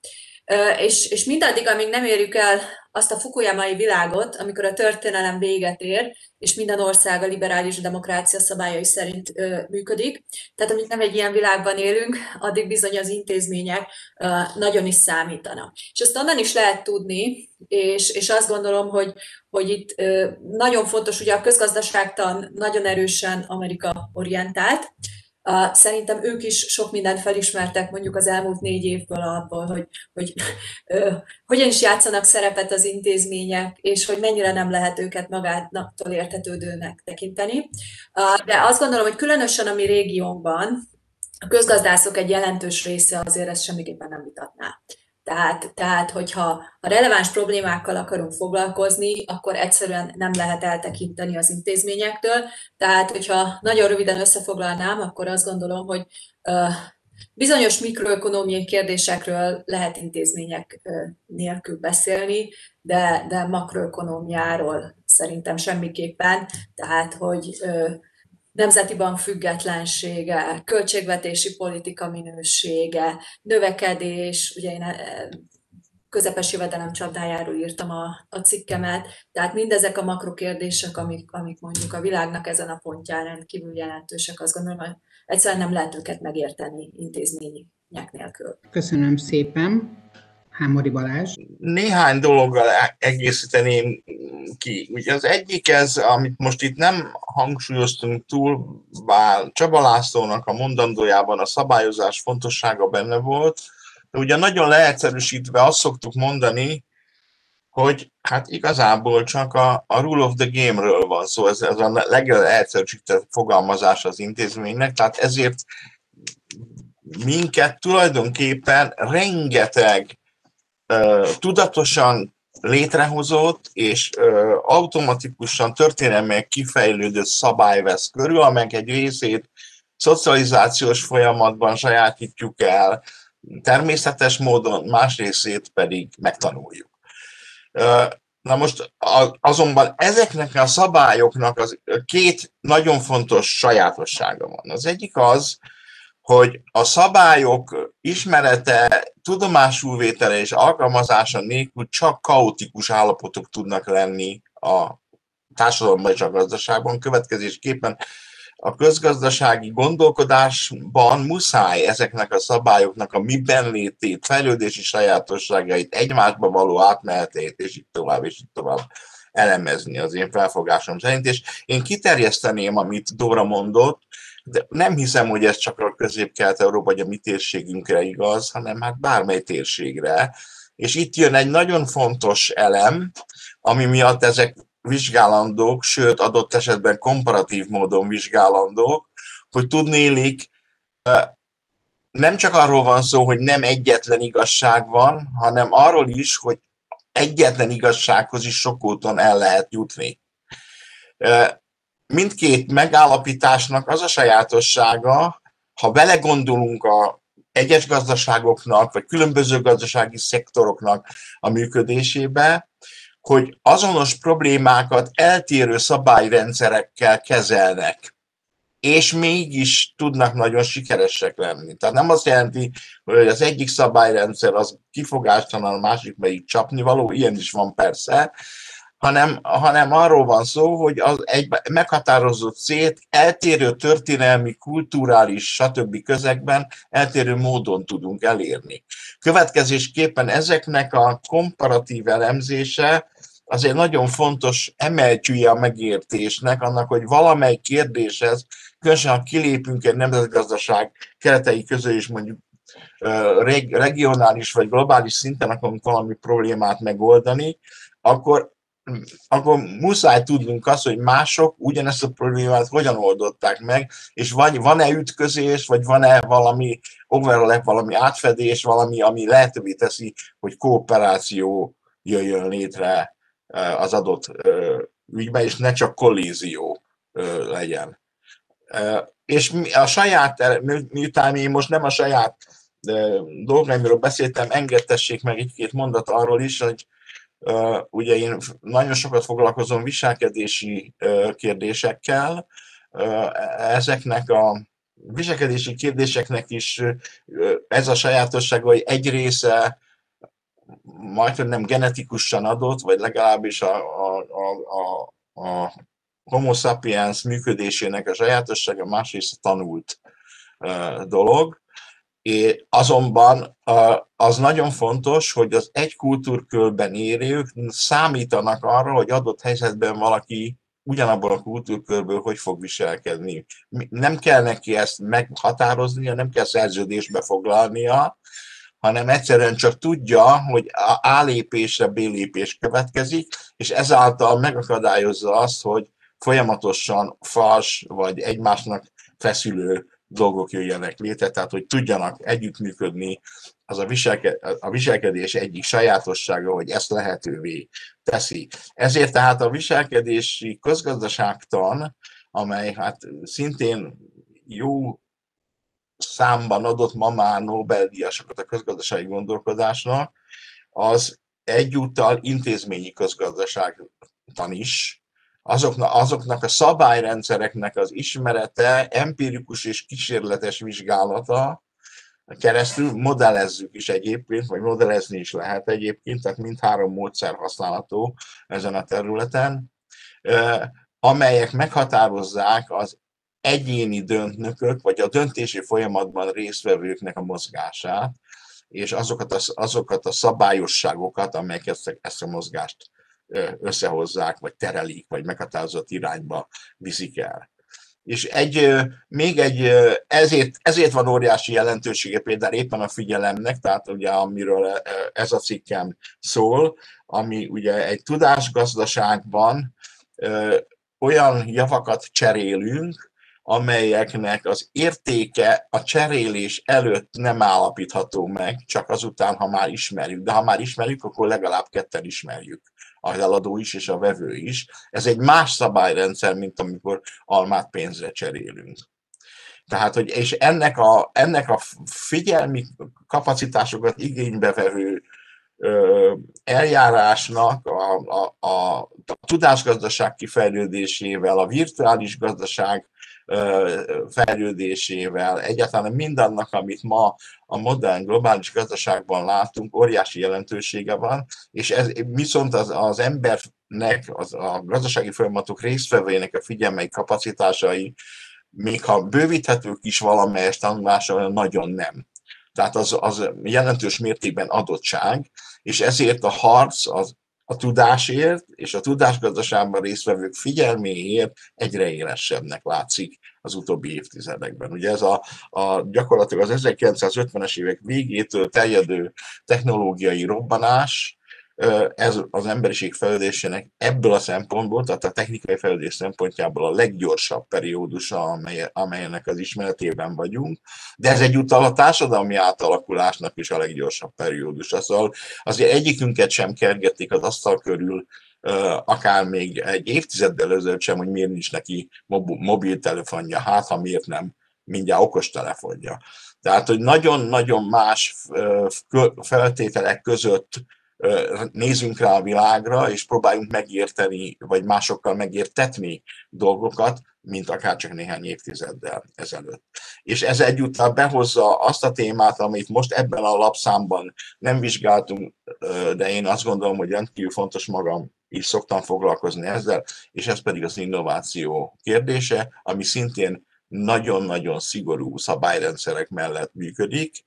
És mindaddig, amíg nem érjük el azt a fukuyamai világot, amikor a történelem véget ér, és minden ország a liberális demokrácia szabályai szerint működik, tehát amíg nem egy ilyen világban élünk, addig bizony az intézmények nagyon is számítanak. És ezt onnan is lehet tudni, és azt gondolom, hogy itt nagyon fontos, ugye a közgazdaságtan nagyon erősen Amerika orientált. Szerintem ők is sok mindent felismertek mondjuk az elmúlt 4 évből abból, hogy hogyan is játszanak szerepet az intézmények, és hogy mennyire nem lehet őket magáktól értetődőnek tekinteni. De azt gondolom, hogy különösen a mi régiónkban a közgazdászok egy jelentős része azért ezt semmiképpen nem vitatná. Tehát, hogyha a releváns problémákkal akarunk foglalkozni, akkor egyszerűen nem lehet eltekinteni az intézményektől. Tehát, hogyha nagyon röviden összefoglalnám, akkor azt gondolom, hogy bizonyos mikroökonómiai kérdésekről lehet intézmények nélkül beszélni, de makroökonómiáról szerintem semmiképpen. Tehát, hogy nemzeti bank függetlensége, költségvetési politika minősége, növekedés, ugye én közepes jövedelem csapdájáról írtam a cikkemet, tehát mindezek a makrokérdések, amik mondjuk a világnak ezen a pontján rendkívül jelentősek, azt gondolom, hogy egyszerűen nem lehet őket megérteni intézmények nélkül. Köszönöm szépen. Hámori Balázs. Néhány dologgal egészíteném ki. Ugye az egyik ez, amit most itt nem hangsúlyoztunk túl, bár Csaba Lászlónak a mondandójában a szabályozás fontossága benne volt, de ugye nagyon leegyszerűsítve azt szoktuk mondani, hogy hát igazából csak a rule of the game-ről van szó, ez a legegyszerűsített fogalmazás az intézménynek, tehát ezért minket tulajdonképpen rengeteg tudatosan létrehozott és automatikusan történelmileg kifejlődött szabály vesz körül, amelyek egy részét szocializációs folyamatban sajátítjuk el természetes módon, más részét pedig megtanuljuk. Na most azonban ezeknek a szabályoknak két nagyon fontos sajátossága van. Az egyik az, hogy a szabályok ismerete, tudomásulvétele és alkalmazása nélkül csak kaotikus állapotok tudnak lenni a társadalomban és a gazdaságban. Következésképpen a közgazdasági gondolkodásban muszáj ezeknek a szabályoknak a miben létét, fejlődési sajátosságait, egymásba való átmenetét, és így tovább elemezni az én felfogásom szerint. És én kiterjeszteném, amit Dóra mondott, de nem hiszem, hogy ez csak a Közép-Kelet-Európa vagy a mi térségünkre igaz, hanem hát bármely térségre. És itt jön egy nagyon fontos elem, ami miatt ezek vizsgálandók, sőt adott esetben komparatív módon vizsgálandók, hogy tudnélik, nem csak arról van szó, hogy nem egyetlen igazság van, hanem arról is, hogy egyetlen igazsághoz is sok úton el lehet jutni. Mindkét megállapításnak az a sajátossága, ha belegondolunk a egyes gazdaságoknak, vagy különböző gazdasági szektoroknak a működésébe, hogy azonos problémákat eltérő szabályrendszerekkel kezelnek, és mégis tudnak nagyon sikeresek lenni. Tehát nem azt jelenti, hogy az egyik szabályrendszer az kifogástalan, a másik melyik csapnivaló, ilyen is van persze, hanem arról van szó, hogy egy meghatározott célt eltérő történelmi, kulturális, stb. Közegben eltérő módon tudunk elérni. Következésképpen ezeknek a komparatív elemzése azért nagyon fontos emeltyűje a megértésnek, annak, hogy valamely kérdéshez, különösen ha kilépünk egy nemzetgazdaság keretei közül, és mondjuk regionális vagy globális szinten akarunk valami problémát megoldani, akkor muszáj tudnunk azt, hogy mások ugyanezt a problémát hogyan oldották meg, és van-e ütközés, vagy van-e valami overlap, valami átfedés, valami, ami lehetővé teszi, hogy kooperáció jöjjön létre az adott ügyben, és ne csak kollízió legyen. És a saját, miután én most nem a saját dolgaimról beszéltem, engedtessék meg egy-két mondat arról is, hogy ugye én nagyon sokat foglalkozom viselkedési kérdésekkel. Ezeknek a viselkedési kérdéseknek is ez a sajátossága, hogy egy része majdnem nem genetikusan adott, vagy legalábbis a Homo sapiens működésének a sajátossága, másrészt tanult dolog. Azonban az nagyon fontos, hogy az egy kultúrkörben élők számítanak arra, hogy adott helyzetben valaki ugyanabban a kultúrkörből hogy fog viselkedni. Nem kell neki ezt meghatároznia, nem kell szerződésbe foglalnia, hanem egyszerűen csak tudja, hogy A lépésre B lépés következik, és ezáltal megakadályozza azt, hogy folyamatosan fals vagy egymásnak feszülő dolgok jöjjenek létre, tehát hogy tudjanak együttműködni, az a viselkedés egyik sajátossága, hogy ezt lehetővé teszi. Ezért tehát a viselkedési közgazdaságtan, amely hát szintén jó számban adott ma már Nobel-díjasokat a közgazdasági gondolkodásnak, az egyúttal intézményi közgazdaságtan is, azoknak a szabályrendszereknek az ismerete, empirikus és kísérletes vizsgálata keresztül modellezzük is egyébként, vagy modellezni is lehet egyébként, tehát mindhárom módszer használható ezen a területen, amelyek meghatározzák az egyéni döntők, vagy a döntési folyamatban résztvevőknek a mozgását, és azokat a szabályosságokat, amelyek ezt a mozgást összehozzák, vagy terelik, vagy meghatározott irányba viszik el. És ezért van óriási jelentősége például éppen a figyelemnek, tehát ugye amiről ez a cikkem szól, ami ugye egy tudásgazdaságban olyan javakat cserélünk, amelyeknek az értéke a cserélés előtt nem állapítható meg, csak azután, ha már ismerjük. De ha már ismerjük, akkor legalább ketten ismerjük. Az eladó is és a vevő is. Ez egy más szabályrendszer, mint amikor almát pénzre cserélünk. Tehát, hogy és ennek a figyelmi kapacitásokat igénybe vevő eljárásnak a tudásgazdaság kifejlődésével, a virtuális gazdaság fejlődésével, egyáltalán mindannak, amit ma a modern globális gazdaságban látunk, óriási jelentősége van, és ez viszont az embernek, a gazdasági folyamatok résztvevőjének a figyelmei kapacitásai, még ha bővíthetők is valamelyes tanulásra, nagyon nem. Tehát az jelentős mértékben adottság, és ezért a harc a tudásért és a tudásgazdaságban résztvevők figyelméért egyre élesebbnek látszik az utóbbi évtizedekben. Ugye ez gyakorlatilag az 1950-es évek végétől terjedő technológiai robbanás, ez az emberiség fejlődésének ebből a szempontból, tehát a technikai fejlődés szempontjából a leggyorsabb periódusa, amelyenek az ismeretében vagyunk, de ez egyúttal a társadalmi átalakulásnak is a leggyorsabb periódusa. Szóval azért egyikünket sem kergették az asztal körül, akár még egy évtizeddel ezelőtt sem, hogy miért nincs neki mobiltelefonja, hát ha miért nem mindjárt okostelefonja. Tehát, hogy nagyon-nagyon más feltételek között nézzünk rá a világra, és próbáljunk megérteni, vagy másokkal megértetni dolgokat, mint akár csak néhány évtizeddel ezelőtt. És ez egyúttal behozza azt a témát, amit most ebben a lapszámban nem vizsgáltunk, de én azt gondolom, hogy rendkívül fontos, magam is szoktam foglalkozni ezzel, és ez pedig az innováció kérdése, ami szintén nagyon-nagyon szigorú szabályrendszerek mellett működik,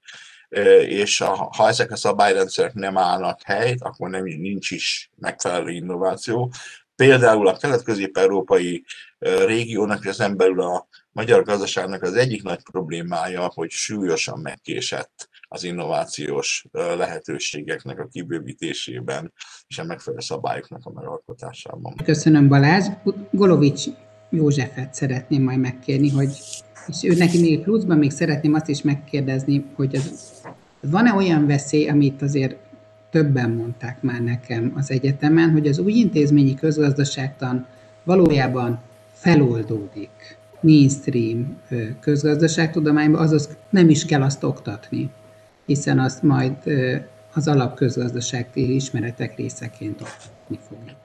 és ha ezek a szabályrendszerek nem állnak helyt, akkor nincs is megfelelő innováció. Például a kelet-közép-európai régiónak, és ezen belül a magyar gazdaságnak az egyik nagy problémája, hogy súlyosan megkésett az innovációs lehetőségeknek a kibővítésében és a megfelelő szabályoknak a megalkotásában. Köszönöm, Balázs. Golovics Józsefet szeretném majd megkérni, és ő neki még pluszban még szeretném azt is megkérdezni, hogy van-e olyan veszély, amit azért többen mondták már nekem az egyetemen, hogy az új intézményi közgazdaságtan valójában feloldódik mainstream közgazdaságtudományban, azaz nem is kell azt oktatni, hiszen azt majd az alapközgazdasági ismeretek részeként oktatni fogjuk.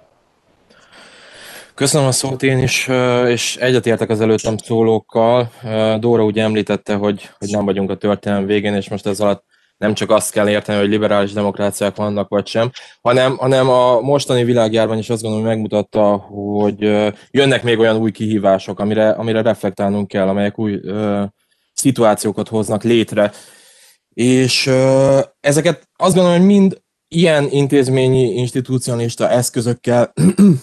Köszönöm a szót én is, és egyetértek az előttem szólókkal. Dóra ugye említette, hogy nem vagyunk a történelem végén, és most ez alatt nem csak azt kell érteni, hogy liberális demokráciák vannak, vagy sem, hanem a mostani világjárvány is azt gondolom, hogy megmutatta, hogy jönnek még olyan új kihívások, amire reflektálnunk kell, amelyek új szituációkat hoznak létre. És ezeket azt gondolom, hogy mind ilyen intézményi, institucionalista eszközökkel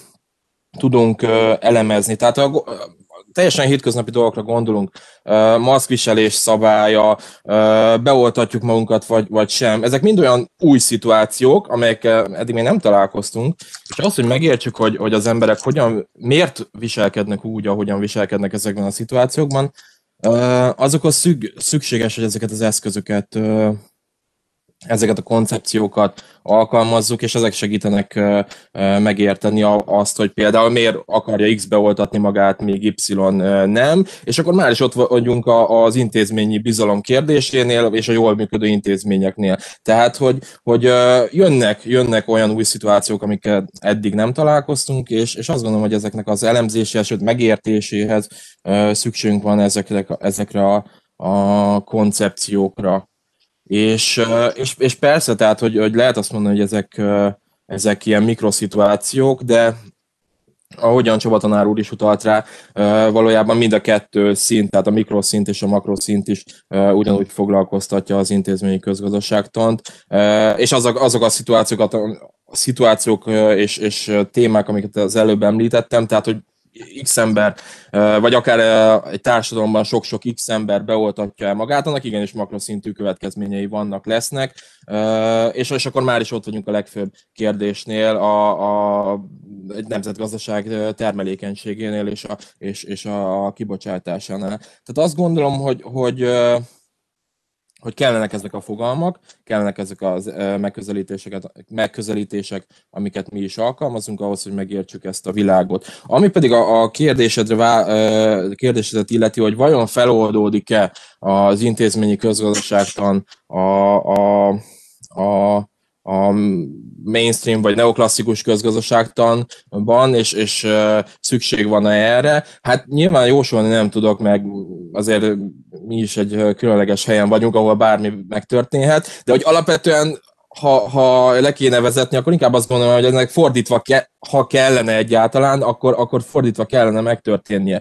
tudunk elemezni. Tehát teljesen hétköznapi dolgokra gondolunk, maszkviselés szabálya, beoltatjuk magunkat, vagy sem. Ezek mind olyan új szituációk, amelyekkel eddig még nem találkoztunk, és az, hogy megértsük, hogy az emberek miért viselkednek úgy, ahogyan viselkednek ezekben a szituációkban, azokhoz szükséges, hogy ezeket az eszközöket, ezeket a koncepciókat alkalmazzuk, és ezek segítenek megérteni azt, hogy például miért akarja X beoltatni magát, még Y nem, és akkor már is ott vagyunk az intézményi bizalom kérdésénél, és a jól működő intézményeknél. Tehát, hogy jönnek olyan új szituációk, amiket eddig nem találkoztunk, és azt gondolom, hogy ezeknek az elemzéséhez, sőt megértéséhez szükségünk van ezekre a koncepciókra. És persze, tehát, hogy lehet azt mondani, hogy ezek ilyen mikroszituációk, de ahogyan Csaba tanár úr is utalt rá, valójában mind a kettő szint, tehát a mikroszint és a makroszint is ugyanúgy foglalkoztatja az intézményi közgazdaságtant, és azok a szituációk és témák, amiket az előbb említettem, tehát, hogy X ember, vagy akár egy társadalomban sok-sok X ember beoltatja el magát, annak igenis makroszintű következményei lesznek, és akkor már is ott vagyunk a legfőbb kérdésnél, egy nemzetgazdaság termelékenységénél és a kibocsátásánál. Tehát azt gondolom, hogy kellenek ezek a fogalmak, kellenek ezek az megközelítések, amiket mi is alkalmazunk ahhoz, hogy megértsük ezt a világot. Ami pedig a kérdésedet illeti, hogy vajon feloldódik-e az intézményi közgazdaságtan a mainstream vagy neoklasszikus közgazdaságtanban, és szükség van erre. Hát nyilván jósolni nem tudok, meg azért mi is egy különleges helyen vagyunk, ahol bármi megtörténhet, de hogy alapvetően ha le kéne vezetni, akkor inkább azt gondolom, hogy ennek fordítva, ha kellene egyáltalán, akkor fordítva kellene megtörténnie.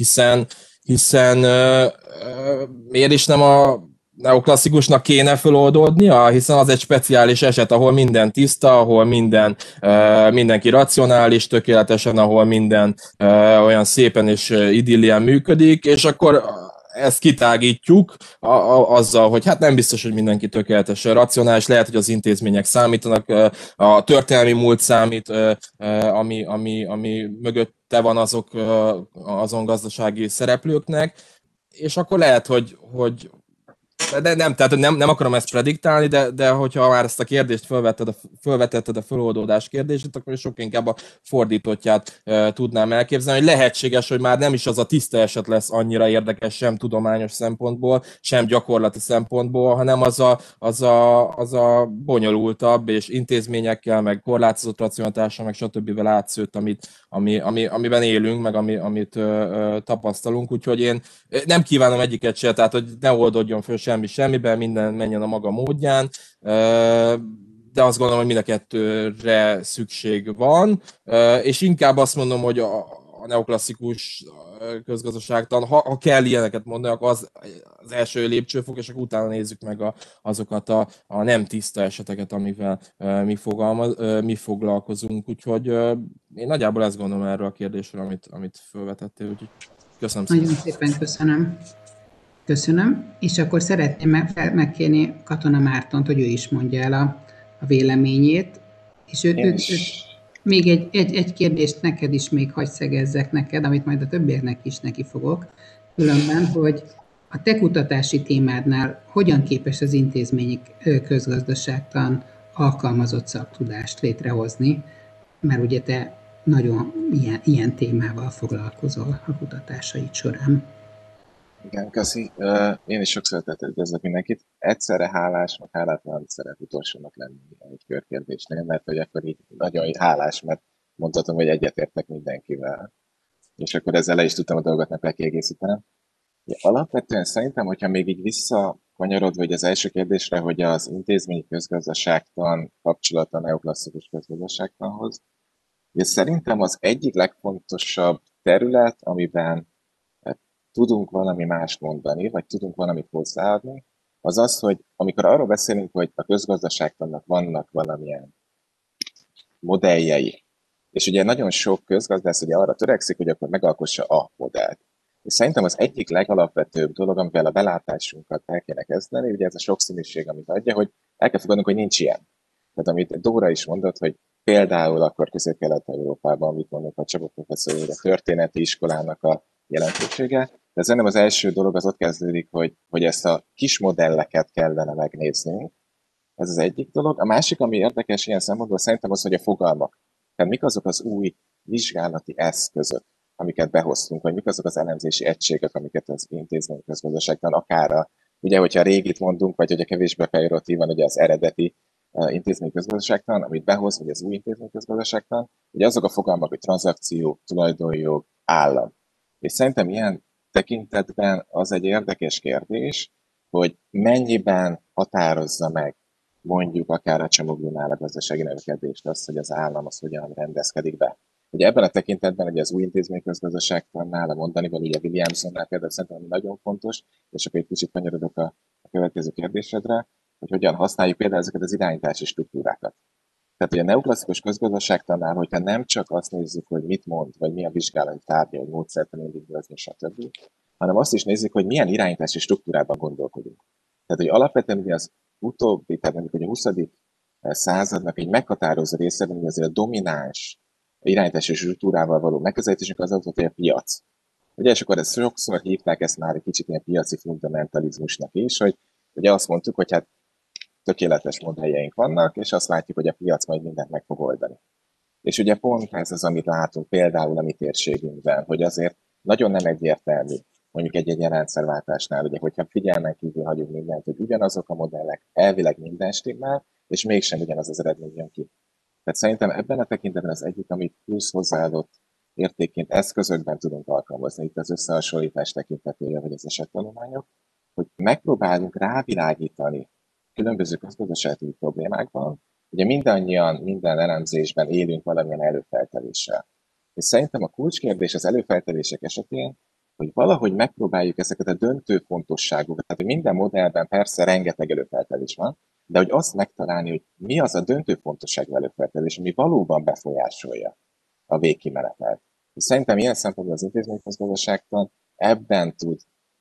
Hiszen miért is nem a neoklasszikusnak kéne feloldódnia, hiszen az egy speciális eset, ahol minden tiszta, ahol mindenki racionális tökéletesen, ahol minden olyan szépen és idillien működik, és akkor ezt kitágítjuk azzal, hogy hát nem biztos, hogy mindenki tökéletesen racionális, lehet, hogy az intézmények számítanak, a történelmi múlt számít, ami mögötte van azon gazdasági szereplőknek, és akkor lehet, hogy tehát nem akarom ezt prediktálni, de hogyha már ezt a kérdést felvetetted a feloldódás kérdését, akkor sok inkább a fordítottját tudnám elképzelni, hogy lehetséges, hogy már nem is az a tiszta eset lesz annyira érdekes sem tudományos szempontból, sem gyakorlati szempontból, hanem az a bonyolultabb és intézményekkel, meg korlátozott racionalitással, meg stb. Átszőtt, amiben élünk, meg amit tapasztalunk, úgyhogy én nem kívánom egyiket se, tehát hogy ne oldódjon föl semmiben, minden menjen a maga módján, de azt gondolom, hogy mind a kettőre szükség van, és inkább azt mondom, hogy a neoklasszikus közgazdaságtan, ha kell ilyeneket mondani, akkor az első lépcsőfok, és akkor utána nézzük meg azokat a nem tiszta eseteket, amivel mi foglalkozunk, úgyhogy én nagyjából ezt gondolom erről a kérdésről, amit felvetettél, úgyhogy köszönöm szépen. Nagyon szépen köszönöm. És akkor szeretném megkérni Katona Mártont, hogy ő is mondja el a véleményét. És őt még egy kérdést neked is még hagy szegezzek neked, amit majd a többieknek is neki fogok. Különben, hogy a te kutatási témádnál hogyan képes az intézményi közgazdaságtan alkalmazott szaktudást létrehozni, mert ugye te nagyon ilyen témával foglalkozol a kutatásaid során. Igen, köszi. Én is sok szeretettel üdvözlök mindenkit. Egyszerre hálás, meg hálátlan szeret utolsónak lenni egy körkérdésnél, mert hogy akkor így nagyon hálás, mert mondhatom, hogy egyetértek mindenkivel. És akkor ezzel le is tudtam a dolgot kiegészítenem. Alapvetően szerintem, hogyha még így visszakanyarodva vagy az első kérdésre, hogy az intézményi közgazdaságtan kapcsolata a neoklasszikus közgazdaságtanhoz, szerintem az egyik legfontosabb terület, amiben tudunk valami mást mondani, vagy tudunk valamit hozzáadni, az az, hogy amikor arról beszélünk, hogy a közgazdaságtannak vannak valamilyen modelljei, és ugye nagyon sok közgazdász ugye arra törekszik, hogy akkor megalkossa a modellt. És szerintem az egyik legalapvetőbb dolog, amivel a belátásunkat el kéne kezdeni, ugye ez a sokszínűség, amit adja, hogy el kell fogadnunk, hogy nincs ilyen. Tehát amit Dóra is mondott, hogy például akkor Közép-Kelet-Európában, mit mondok a Csaba professzor, hogy a történeti iskolának a jelentősége, de szerintem az első dolog az ott kezdődik, hogy ezt a kis modelleket kellene megnéznünk. Ez az egyik dolog. A másik, ami érdekes ilyen szempontból, szerintem az, hogy a fogalmak. Tehát mik azok az új vizsgálati eszközök, amiket behoztunk, vagy mik azok az elemzési egységek, amiket az intézmény közgazdaságtan akár ugye, hogyha régit mondunk, vagy hogyha kevésbé fejrotívan, ugye az eredeti intézmény közgazdaságtan, amit behoz, vagy az új intézmény közgazdaságtan, ugye azok a fogalmak, hogy tranzakció, tulajdonjog, állam. És szerintem ilyen tekintetben az egy érdekes kérdés, hogy mennyiben határozza meg mondjuk akár a csomaglónál a gazdasági növekedést azt, hogy az állam az hogyan rendezkedik be. Ugye ebben a tekintetben ugye az új intézményközgazdaságtannál, a mondanival, ugye Williamsonnál például szerintem nagyon fontos, és akkor egy kicsit kanyarodok a következő kérdésedre, hogy hogyan használjuk például ezeket az irányítási struktúrákat. Tehát ugye a neoklasszikus közgazdaságtannál, hogyha nem csak azt nézzük, hogy mit mond, vagy mi a vizsgálati tárgya, hogy módszertan indítani, stb., hanem azt is nézzük, hogy milyen irányítási struktúrában gondolkodunk. Tehát, hogy alapvetően ugye az utóbbi, tehát mondjuk, hogy a 20. századnak egy meghatározó részében, hogy azért a domináns irányítási struktúrával való megközelítésünk az volt, hogy a piac. Ugye, és akkor ezt sokszor hívták ezt már egy kicsit ilyen piaci fundamentalizmusnak is, hogy ugye azt mondtuk, hogy hát tökéletes modelljeink vannak, és azt látjuk, hogy a piac majd mindent meg fog oldani. És ugye pont ez az, amit látunk például a mi térségünkben, hogy azért nagyon nem egyértelmű, mondjuk egy rendszerváltásnál, ugye, hogyha figyelmen kívül hagyunk mindent, hogy ugyanazok a modellek, elvileg minden stimmel, és mégsem ugyanaz az eredmény jön ki. Tehát szerintem ebben a tekintetben az egyik, amit plusz hozzáadott értékként eszközökben tudunk alkalmazni, itt az összehasonlítás tekintetében, vagy az esettanulmányok, hogy megpróbálunk rávilágítani különböző közgazdasági problémákban. Ugye mindannyian, minden elemzésben élünk valamilyen előfeltevéssel. És szerintem a kulcskérdés az előfeltevések esetén, hogy valahogy megpróbáljuk ezeket a döntő fontosságokat, tehát hogy minden modellben persze rengeteg előfeltevés van, de hogy azt megtalálni, hogy mi az a döntő fontosságú előfeltevés, ami valóban befolyásolja a végkimenetet. És szerintem ilyen szempontból az intézményközgazdaságtan ebben tud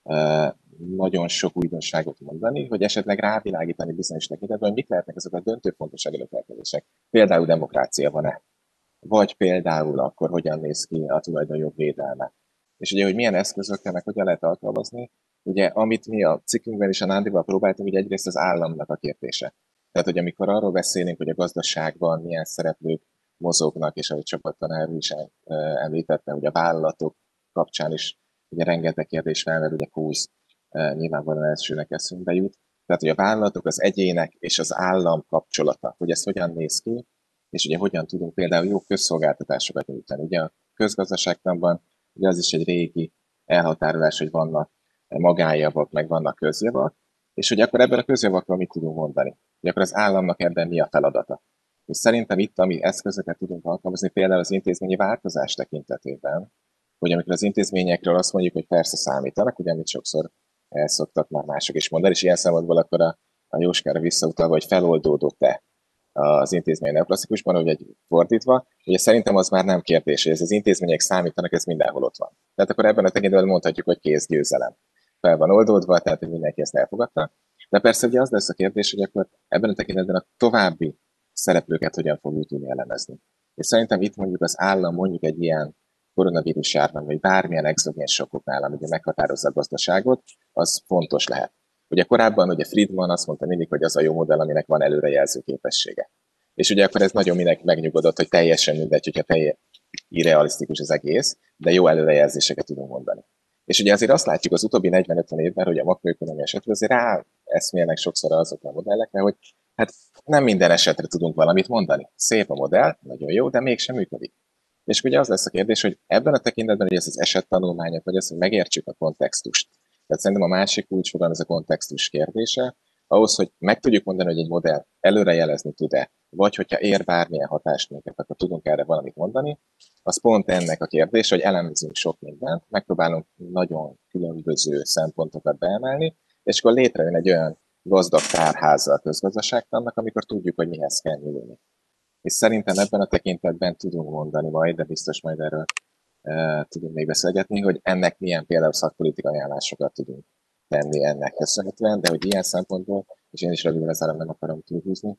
nagyon sok újdonságot mondani, hogy esetleg rávilágítani bizonyos tekintetben, hogy mik lehetnek azok a döntő fontosságú előfeltevések. Például demokrácia van-e? Vagy például akkor hogyan néz ki a tulajdonjog védelme? És ugye, hogy milyen eszközökkel meg hogyan lehet alkalmazni, ugye, amit mi a cikkünkben is a Nándival próbáltunk, ugye egyrészt az államnak a kérdése. Tehát, hogy amikor arról beszélünk, hogy a gazdaságban milyen szereplők mozognak, és ahogy csapattanár is említette, hogy a vállalatok kapcsán is ugye rengeteg kérdés felmerül, ugye Kúz nyilvánvalóan elsőnek eszünkbe jut. Tehát, hogy a vállalatok, az egyének és az állam kapcsolata, hogy ez hogyan néz ki, és ugye hogyan tudunk például jó közszolgáltatásokat nyújtani. Ugye a közgazdaságtanban ugye az is egy régi elhatárolás, hogy vannak magánjavak, meg vannak közjavak, és hogy akkor ebben a közjavakról mit tudunk mondani? Hogy akkor az államnak ebben mi a feladata? És szerintem itt, ami eszközöket tudunk alkalmazni, például az intézményi változás tekintetében, hogy amikor az intézményekről azt mondjuk, hogy persze számítanak, ugye amit sokszor el szoktak már mások is mondani, és ilyen szempontból akkor a Jóskára visszautalva, hogy feloldódott-e az intézmény neoklasszikusban, vagy egy fordítva, ugye szerintem az már nem kérdés, hogy ez az intézmények számítanak, ez mindenhol ott van. Tehát akkor ebben a tekintetben mondhatjuk, hogy kész győzelem. Fel van oldódva, tehát hogy mindenki ezt elfogadta. De persze ugye az lesz a kérdés, hogy akkor ebben a tekintetben a további szereplőket hogyan fogjuk tudni elemezni. És szerintem itt mondjuk az állam mondjuk egy ilyen koronavírus járvány, vagy bármilyen exogén sokkoknál, ami meghatározza a gazdaságot, az fontos lehet. Ugye korábban ugye Friedman azt mondta mindig, hogy az a jó modell, aminek van előrejelző képessége. És ugye akkor ez nagyon mindenki megnyugodott, hogy teljesen mindegy, hogyha irrealisztikus az egész, de jó előrejelzéseket tudunk mondani. És ugye azért azt látjuk az utóbbi 40-50 évben, hogy a makroökonomia esetről azért ráeszmélnek sokszor azokra a modellekre, hogy hát nem minden esetre tudunk valamit mondani. Szép a modell, nagyon jó, de mégsem működik. És ugye az lesz a kérdés, hogy ebben a tekintetben, hogy ez az esettanulmányok, vagy az, hogy megértsük a kontextust. Tehát szerintem a másik kulcsfogalom ez a kontextus kérdése. Ahhoz, hogy meg tudjuk mondani, hogy egy modell előrejelezni tud-e, vagy hogyha ér bármilyen hatást minket, akkor tudunk erre valamit mondani, az pont ennek a kérdés, hogy elemzünk sok mindent, megpróbálunk nagyon különböző szempontokat beemelni, és akkor létrejön egy olyan gazdag tárháza a közgazdaságtannak, amikor tudjuk, hogy mihez kell nyúlni. És szerintem ebben a tekintetben tudunk mondani majd, de biztos majd erről tudunk még beszélgetni, hogy ennek milyen például szakpolitikai ajánlásokat tudunk tenni ennek köszönhetően, de hogy ilyen szempontból, és én is röviden ezzel nem akarom túlhúzni,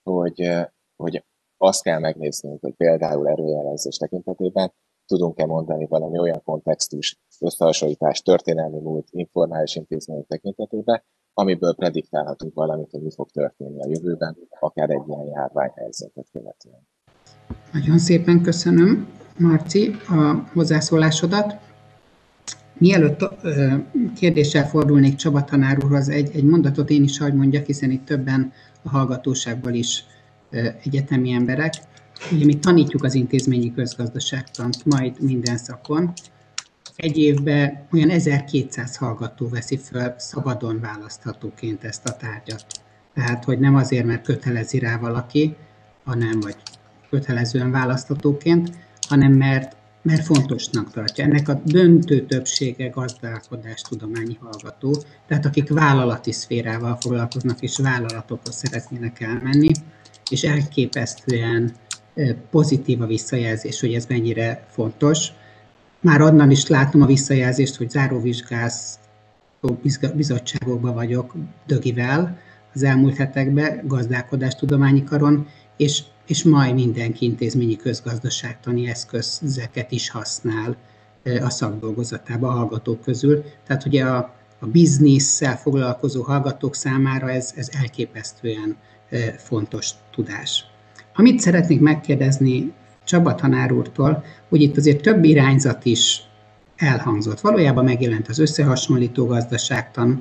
hogy azt kell megnéznünk, hogy például erőjelenzés tekintetében tudunk-e mondani valami olyan kontextus, összehasonlítás, történelmi múlt, informális intézmények tekintetében, amiből prediktálhatunk valamit, hogy mi fog történni a jövőben, akár egy ilyen járványhelyzetet követően. Nagyon szépen köszönöm, Marci, a hozzászólásodat. Mielőtt kérdéssel fordulnék Csaba tanár úrhoz, egy mondatot én is hagy mondjak, hiszen itt többen a hallgatóságból is egyetemi emberek. Ugye mi tanítjuk az intézményi közgazdaságtant majd minden szakon. Egy évben olyan 1200 hallgató veszi föl szabadon választhatóként ezt a tárgyat. Tehát, hogy nem azért, mert kötelezi rá valaki, hanem vagy kötelezően választhatóként, hanem mert fontosnak tartja. Ennek a döntő többsége gazdálkodástudományi hallgató, tehát akik vállalati szférával foglalkoznak és vállalatokhoz szeretnének elmenni, és elképesztően pozitív a visszajelzés, hogy ez mennyire fontos. Már onnan is látom a visszajelzést, hogy záróvizsgász bizottságokban vagyok Dögivel az elmúlt hetekben, gazdálkodástudományi karon, és majd mindenki intézményi közgazdaságtani eszközeket is használ a szakdolgozatában a hallgatók közül. Tehát ugye a bizniszsel foglalkozó hallgatók számára ez elképesztően fontos tudás. Amit szeretnék megkérdezni Csaba tanár úrtól, hogy itt azért több irányzat is elhangzott. Valójában megjelent az összehasonlító gazdaságtan,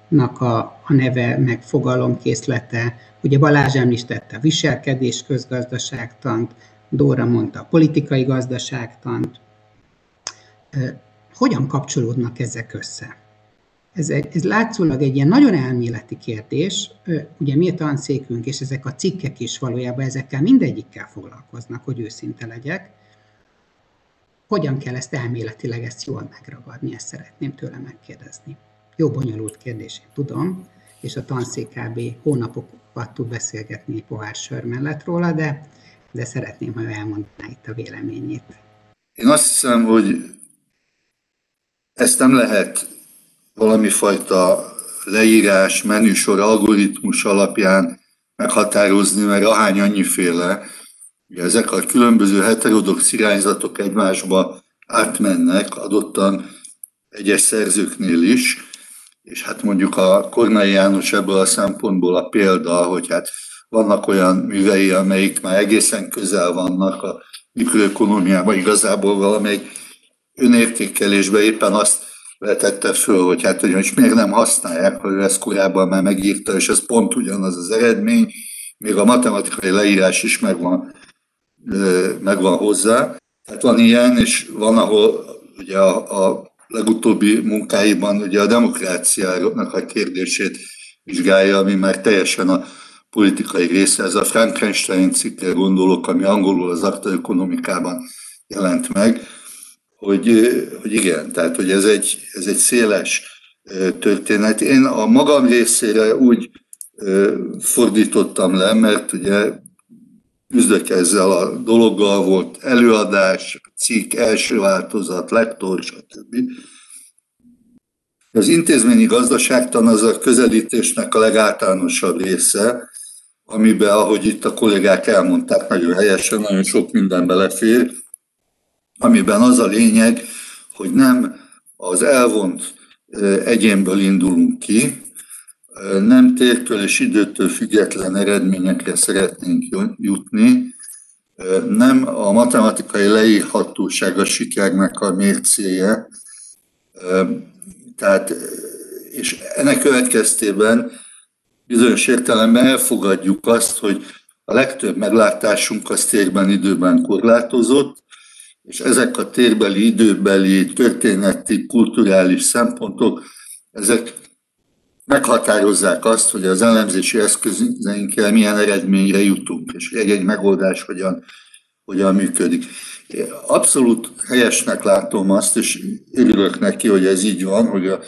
a neve, meg fogalomkészlete. Ugye Balázs említette a viselkedés közgazdaságtant, Dóra mondta a politikai gazdaságtant. Hogyan kapcsolódnak ezek össze? Ez látszólag egy ilyen nagyon elméleti kérdés, ugye mi a tanszékünk, és ezek a cikkek is valójában ezekkel mindegyikkel foglalkoznak, hogy őszinte legyek. Hogyan kell ezt elméletileg ezt jól megragadni, ezt szeretném tőle megkérdezni. Jó bonyolult kérdés, én tudom, és a tanszék kb. Hónapokat tud beszélgetni pohár sör mellett róla, de szeretném, ha ő elmondaná itt a véleményét. Én azt hiszem, hogy ezt nem lehet valami fajta leírás, menüsor, algoritmus alapján meghatározni, mert ahány annyiféle, ugye ezek a különböző heterodox irányzatok egymásba átmennek, adottan egyes szerzőknél is, és hát mondjuk a Kornai János ebből a szempontból a példa, hogy hát vannak olyan művei, amelyik már egészen közel vannak a mikroökonómiában, igazából valamelyik önértékelésben éppen azt vetette föl, hogy hát hogy most miért nem használják, hogy ő ezt korábban már megírta, és ez pont ugyanaz az eredmény, még a matematikai leírás is megvan hozzá. Tehát van ilyen, és van, ahol ugye a legutóbbi munkáiban ugye a demokráciának a kérdését vizsgálja, ami már teljesen a politikai része. Ez a Frankenstein cikkre gondolok, ami angolul az Acta Economicában jelent meg, hogy igen, tehát hogy ez egy széles történet. Én a magam részére úgy fordítottam le, mert ugye küzdök ezzel a dologgal, volt előadás, cikk, első változat, lektor, stb. Az intézményi gazdaságtan az a közelítésnek a legáltalánosabb része, amiben, ahogy itt a kollégák elmondták, nagyon helyesen, nagyon sok minden belefér, amiben az a lényeg, hogy nem az elvont egyénből indulunk ki, nem tértől és időtől független eredményekre szeretnénk jutni, nem a matematikai leírhatóság a sikernek a mércéje, tehát, és ennek következtében bizonyos értelemben elfogadjuk azt, hogy a legtöbb meglátásunk az térben, időben korlátozott, és ezek a térbeli, időbeli, történeti, kulturális szempontok, ezek meghatározzák azt, hogy az elemzési eszközeinkkel milyen eredményre jutunk, és egy megoldás hogyan működik. Abszolút helyesnek látom azt, és örülök neki, hogy ez így van, hogy a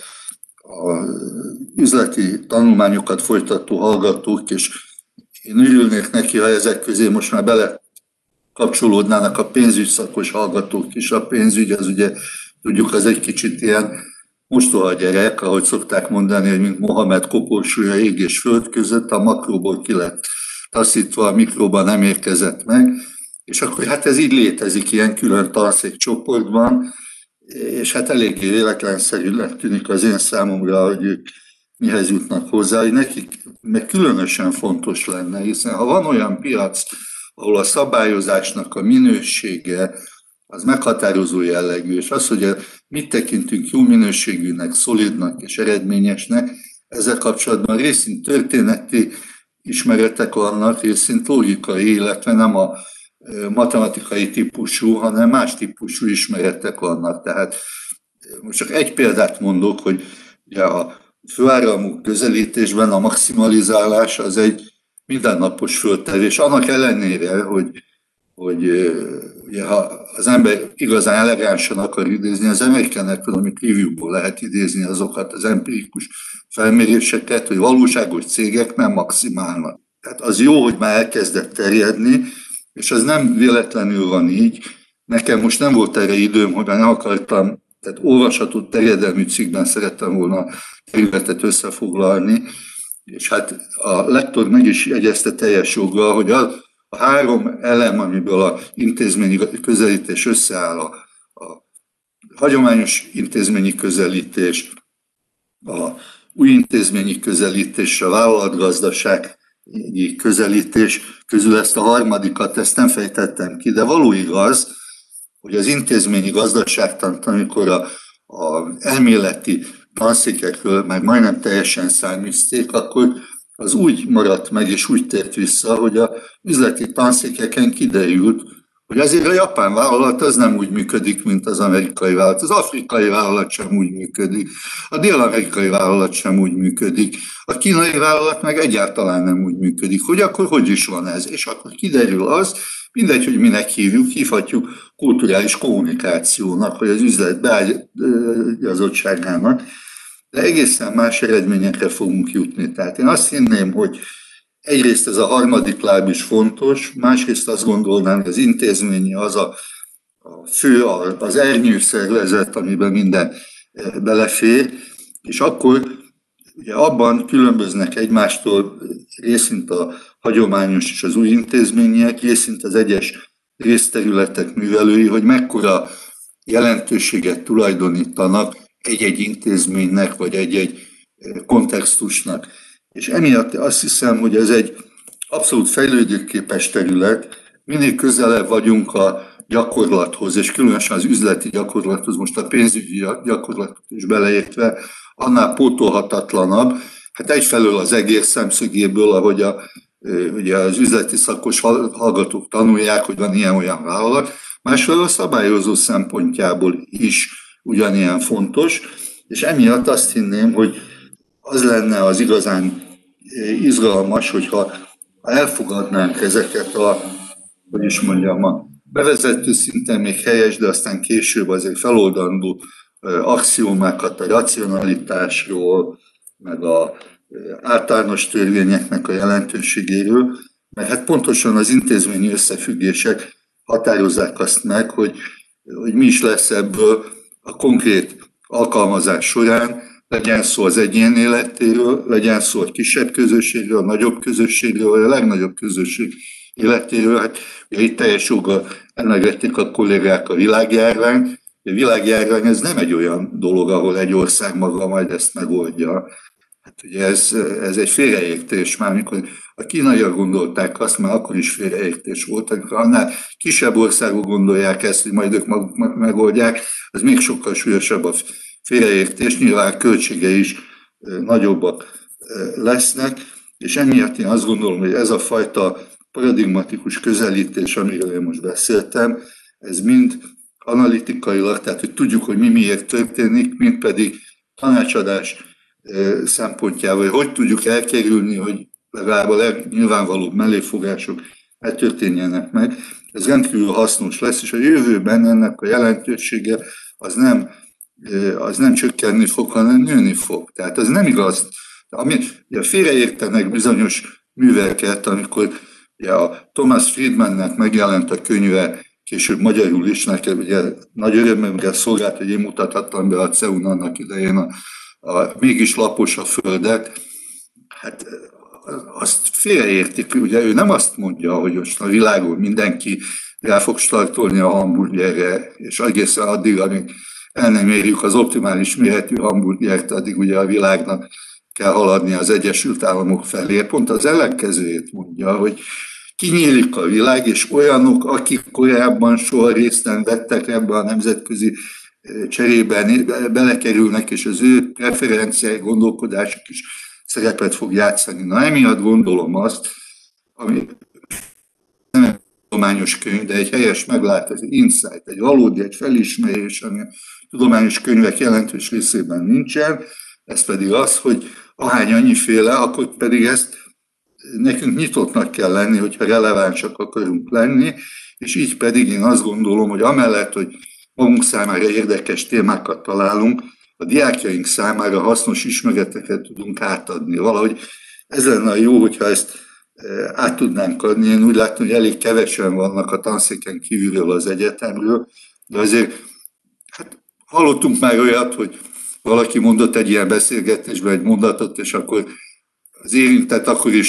üzleti tanulmányokat folytató hallgatók, és én örülnék neki, ha ezek közé most már bele kapcsolódnának a pénzügyszakos hallgatók is. A pénzügy az ugye, tudjuk, az egy kicsit ilyen mostoha gyerek, ahogy szokták mondani, hogy mint Mohamed koporsója ég és föld között, a makróból ki lett taszítva, a mikróban nem érkezett meg, és akkor hát ez így létezik ilyen külön tanszékcsoportban, és hát eléggé véletlenszerűnek tűnik az én számomra, hogy ők mihez jutnak hozzá, hogy nekik meg különösen fontos lenne, hiszen ha van olyan piac, ahol a szabályozásnak a minősége az meghatározó jellegű, és az, hogy mit tekintünk jó minőségűnek, szolidnak és eredményesnek, ezzel kapcsolatban részint történeti ismeretek vannak, részint logikai, illetve nem a matematikai típusú, hanem más típusú ismeretek vannak. Tehát most csak egy példát mondok, hogy ugye a főáramú közelítésben a maximalizálás az egy mindennapos föltevés, annak ellenére, hogy ugye, ha az ember igazán elegánsan akar idézni, az American Economic Review-ból lehet idézni azokat az empirikus felméréseket, hogy valóságos cégek nem maximálnak. Tehát az jó, hogy már elkezdett terjedni, és az nem véletlenül van így. Nekem most nem volt erre időm, hogy nem akartam, tehát olvasható terjedelmű cikkben szerettem volna területet összefoglalni, és hát a lektor meg is jegyezte teljes joggal, hogy a három elem, amiből az intézményi közelítés összeáll, a hagyományos intézményi közelítés, a új intézményi közelítés, a vállalatgazdasági közelítés közül ezt a harmadikat, ezt nem fejtettem ki, de való igaz, hogy az intézményi gazdaságtant, amikor az elméleti tanszékekről meg majdnem teljesen száműzték, akkor az úgy maradt meg és úgy tért vissza, hogy az üzleti tanszékeken kiderült, hogy azért a japán vállalat az nem úgy működik, mint az amerikai vállalat. Az afrikai vállalat sem úgy működik, a dél-amerikai vállalat sem úgy működik, a kínai vállalat meg egyáltalán nem úgy működik. Hogy akkor hogy is van ez? És akkor kiderül az, mindegy, hogy minek hívhatjuk kulturális kommunikációnak, vagy az üzlet beágyazottságának, de egészen más eredményekre fogunk jutni. Tehát én azt hinném, hogy egyrészt ez a harmadik láb is fontos, másrészt azt gondolnám, hogy az intézményi az a fő, az ernyőszervezet, amiben minden belefér, és akkor ugye abban különböznek egymástól részint a hagyományos és az új intézmények, részint az egyes részterületek művelői, hogy mekkora jelentőséget tulajdonítanak egy-egy intézménynek, vagy egy-egy kontextusnak. És emiatt azt hiszem, hogy ez egy abszolút fejlődőképes terület, minél közelebb vagyunk a gyakorlathoz, és különösen az üzleti gyakorlathoz, most a pénzügyi gyakorlatot is beleértve, annál pótolhatatlanabb. Hát egyfelől az egész szemszögéből, ahogy ugye az üzleti szakos hallgatók tanulják, hogy van ilyen-olyan vállalat, másfelől a szabályozó szempontjából is ugyanilyen fontos, és emiatt azt hinném, hogy az lenne az igazán izgalmas, hogyha elfogadnánk ezeket a bevezető szinten még helyes, de aztán később azért feloldandó axiómákat a racionalitásról, meg az általános törvényeknek a jelentőségéről, mert hát pontosan az intézményi összefüggések határozzák azt meg, hogy mi is lesz ebből a konkrét alkalmazás során, legyen szó az egyén életéről, legyen szó a kisebb közösségről, a nagyobb közösségről, vagy a legnagyobb közösség életéről. Hát ugye itt teljes joggal emlegették a kollégák a világjárvány. A világjárvány ez nem egy olyan dolog, ahol egy ország maga majd ezt megoldja. Hát ugye ez egy félreértés már, amikor a kínaiak gondolták azt, már akkor is félreértés volt, amikor annál kisebb országok gondolják ezt, hogy majd ők maguk megoldják, az még sokkal súlyosabb a félreértés, nyilván költségei is nagyobbak lesznek, és emiatt én azt gondolom, hogy ez a fajta paradigmatikus közelítés, amiről én most beszéltem, ez mind analitikailag, tehát hogy tudjuk, hogy mi miért történik, mind pedig tanácsadás szempontjával, hogy tudjuk elkerülni, hogy legalább a legnyilvánvalóbb melléfogások ne történjenek meg. Ez rendkívül hasznos lesz, és a jövőben ennek a jelentősége az nem csökkenni fog, hanem nőni fog. Tehát ez nem igaz. Félreértenek bizonyos műveket, amikor a Thomas Friedmannek megjelent a könyve, később magyarul is, nekem ugye nagy örömmel szolgált, hogy én mutathattam be a CEU-n annak idején a mégis lapos a földet. Hát azt félreértik, ugye ő nem azt mondja, hogy most a világon mindenki rá fog startolni a hamburgerre, és egészen addig, amíg el nem érjük az optimális méretű hamburgert, addig ugye a világnak kell haladni az Egyesült Államok felé. Pont az ellenkezőjét mondja, hogy kinyílik a világ, és olyanok, akik korábban soha részt nem vettek ebben a nemzetközi cserében, belekerülnek, és az ő preferenciái, gondolkodásuk is szerepet fog játszani. Na, emiatt gondolom azt, ami nem egy tudományos könyv, de egy helyes meglátás, egy insight, egy valódi, egy felismerés, ami a tudományos könyvek jelentős részében nincsen, ez pedig az, hogy ahány annyiféle, akkor pedig ezt nekünk nyitottnak kell lenni, hogyha relevánsak akarunk lenni, és így pedig én azt gondolom, hogy amellett, hogy magunk számára érdekes témákat találunk, a diákjaink számára hasznos ismereteket tudunk átadni. Valahogy ez lenne jó, hogyha ezt át tudnánk adni. Én úgy látom, hogy elég kevesen vannak a tanszéken kívülről az egyetemről, de azért hát hallottunk már olyat, hogy valaki mondott egy ilyen beszélgetésben egy mondatot, és akkor az érintett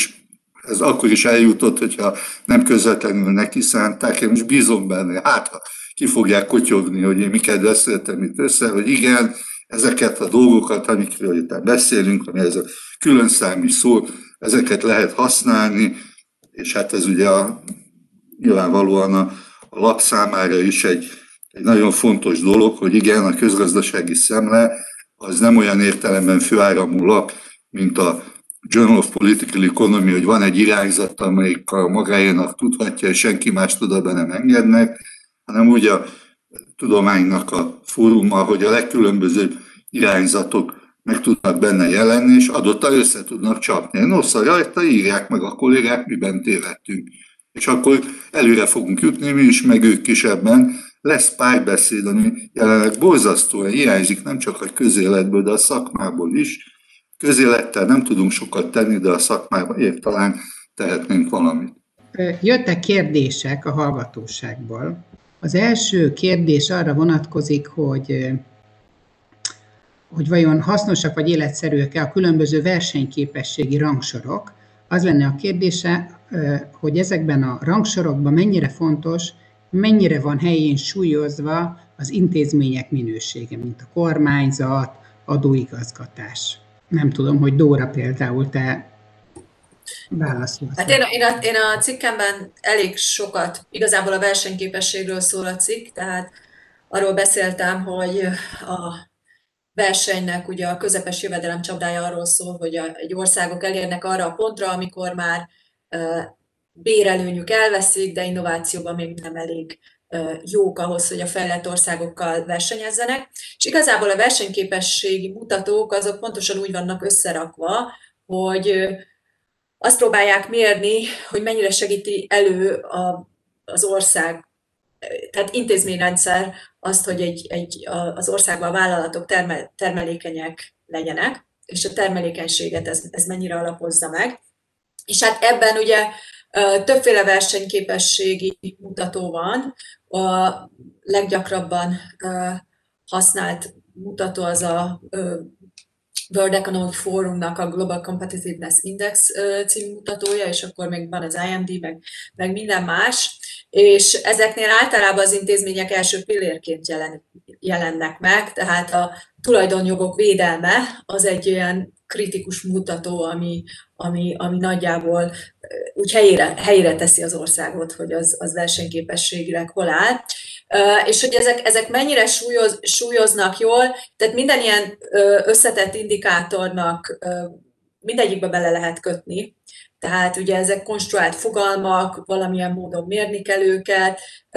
akkor is eljutott, hogyha nem közvetlenül neki szánták. Én most bízom benne, hát ha ki fogják kotyogni, hogy én miket beszéltem itt össze, hogy igen, ezeket a dolgokat, amikről itt beszélünk, ami ez a külön szám is szól, ezeket lehet használni, és hát ez ugye nyilvánvalóan a lap számára is egy nagyon fontos dolog, hogy igen, a közgazdasági szemle az nem olyan értelemben főáramú lap, mint a Journal of Political Economy, hogy van egy irányzat, amelyik a magáénak tudhatja, és senki más oda be nem engednek, hanem úgy a tudománynak a fóruma, hogy a legkülönbözőbb irányzatok meg tudnak benne jelenni, és adottan össze tudnak csapni. Nosza rajta írják meg a kollégák, miben tévedtünk. És akkor előre fogunk jutni mi is, meg ők is ebben. Lesz párbeszéd, ami jelenleg borzasztóan hiányzik, nem csak a közéletből, de a szakmából is. Közélettel nem tudunk sokat tenni, de a szakmában épp talán tehetnénk valamit. Jöttek kérdések a hallgatóságból. Az első kérdés arra vonatkozik, hogy vajon hasznosak vagy életszerűek-e a különböző versenyképességi rangsorok. Az lenne a kérdése, hogy ezekben a rangsorokban mennyire fontos, mennyire van helyén súlyozva az intézmények minősége, mint a kormányzat, adóigazgatás. Nem tudom, hogy Dóra például te válaszolsz. Hát én a cikkemben elég sokat, igazából a versenyképességről szól a cikk, tehát arról beszéltem, hogy a versenynek ugye a közepes jövedelem csapdája arról szól, hogy egy országok elérnek arra a pontra, amikor már bérelőnyük elveszik, de innovációban még nem elég jók ahhoz, hogy a fejlett országokkal versenyezzenek. És igazából a versenyképességi mutatók azok pontosan úgy vannak összerakva, hogy azt próbálják mérni, hogy mennyire segíti elő az ország, tehát intézményrendszer azt, hogy az országban a vállalatok termelékenyek legyenek, és a termelékenységet ez mennyire alapozza meg. És hát ebben ugye többféle versenyképességi mutató van. A leggyakrabban használt mutató az a World Economic Forumnak a Global Competitiveness Index című mutatója, és akkor még van az IMD, meg minden más, és ezeknél általában az intézmények első pillérként jelennek meg, tehát a tulajdonjogok védelme az egy olyan kritikus mutató, ami nagyjából úgy helyére teszi az országot, hogy az versenyképességileg hol áll. És hogy ezek mennyire súlyoznak jól, tehát minden ilyen összetett indikátornak mindegyikbe bele lehet kötni. Tehát ugye ezek konstruált fogalmak, valamilyen módon mérni kell őket,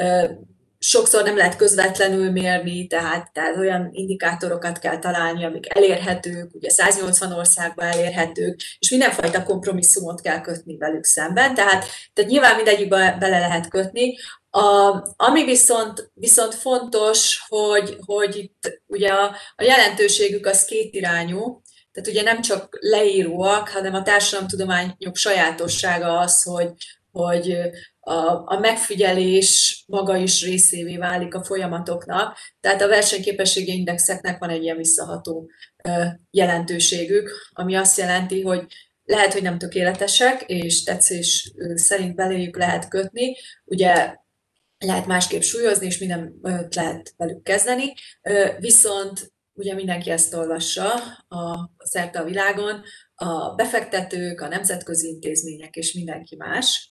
sokszor nem lehet közvetlenül mérni, tehát olyan indikátorokat kell találni, amik elérhetők, ugye 180 országban elérhetők, és mindenfajta kompromisszumot kell kötni velük szemben, tehát nyilván mindegyikbe bele lehet kötni. Ami viszont fontos, hogy itt ugye a jelentőségük az kétirányú, tehát ugye nem csak leíróak, hanem a társadalomtudományok sajátossága az, hogy a megfigyelés maga is részévé válik a folyamatoknak, tehát a versenyképességi indexeknek van egy ilyen visszaható jelentőségük, ami azt jelenti, hogy lehet, hogy nem tökéletesek, és tetszés szerint beléjük lehet kötni, ugye lehet másképp súlyozni, és minden lehet velük kezdeni, viszont ugye mindenki ezt olvassa szerte a világon, a befektetők, a nemzetközi intézmények és mindenki más,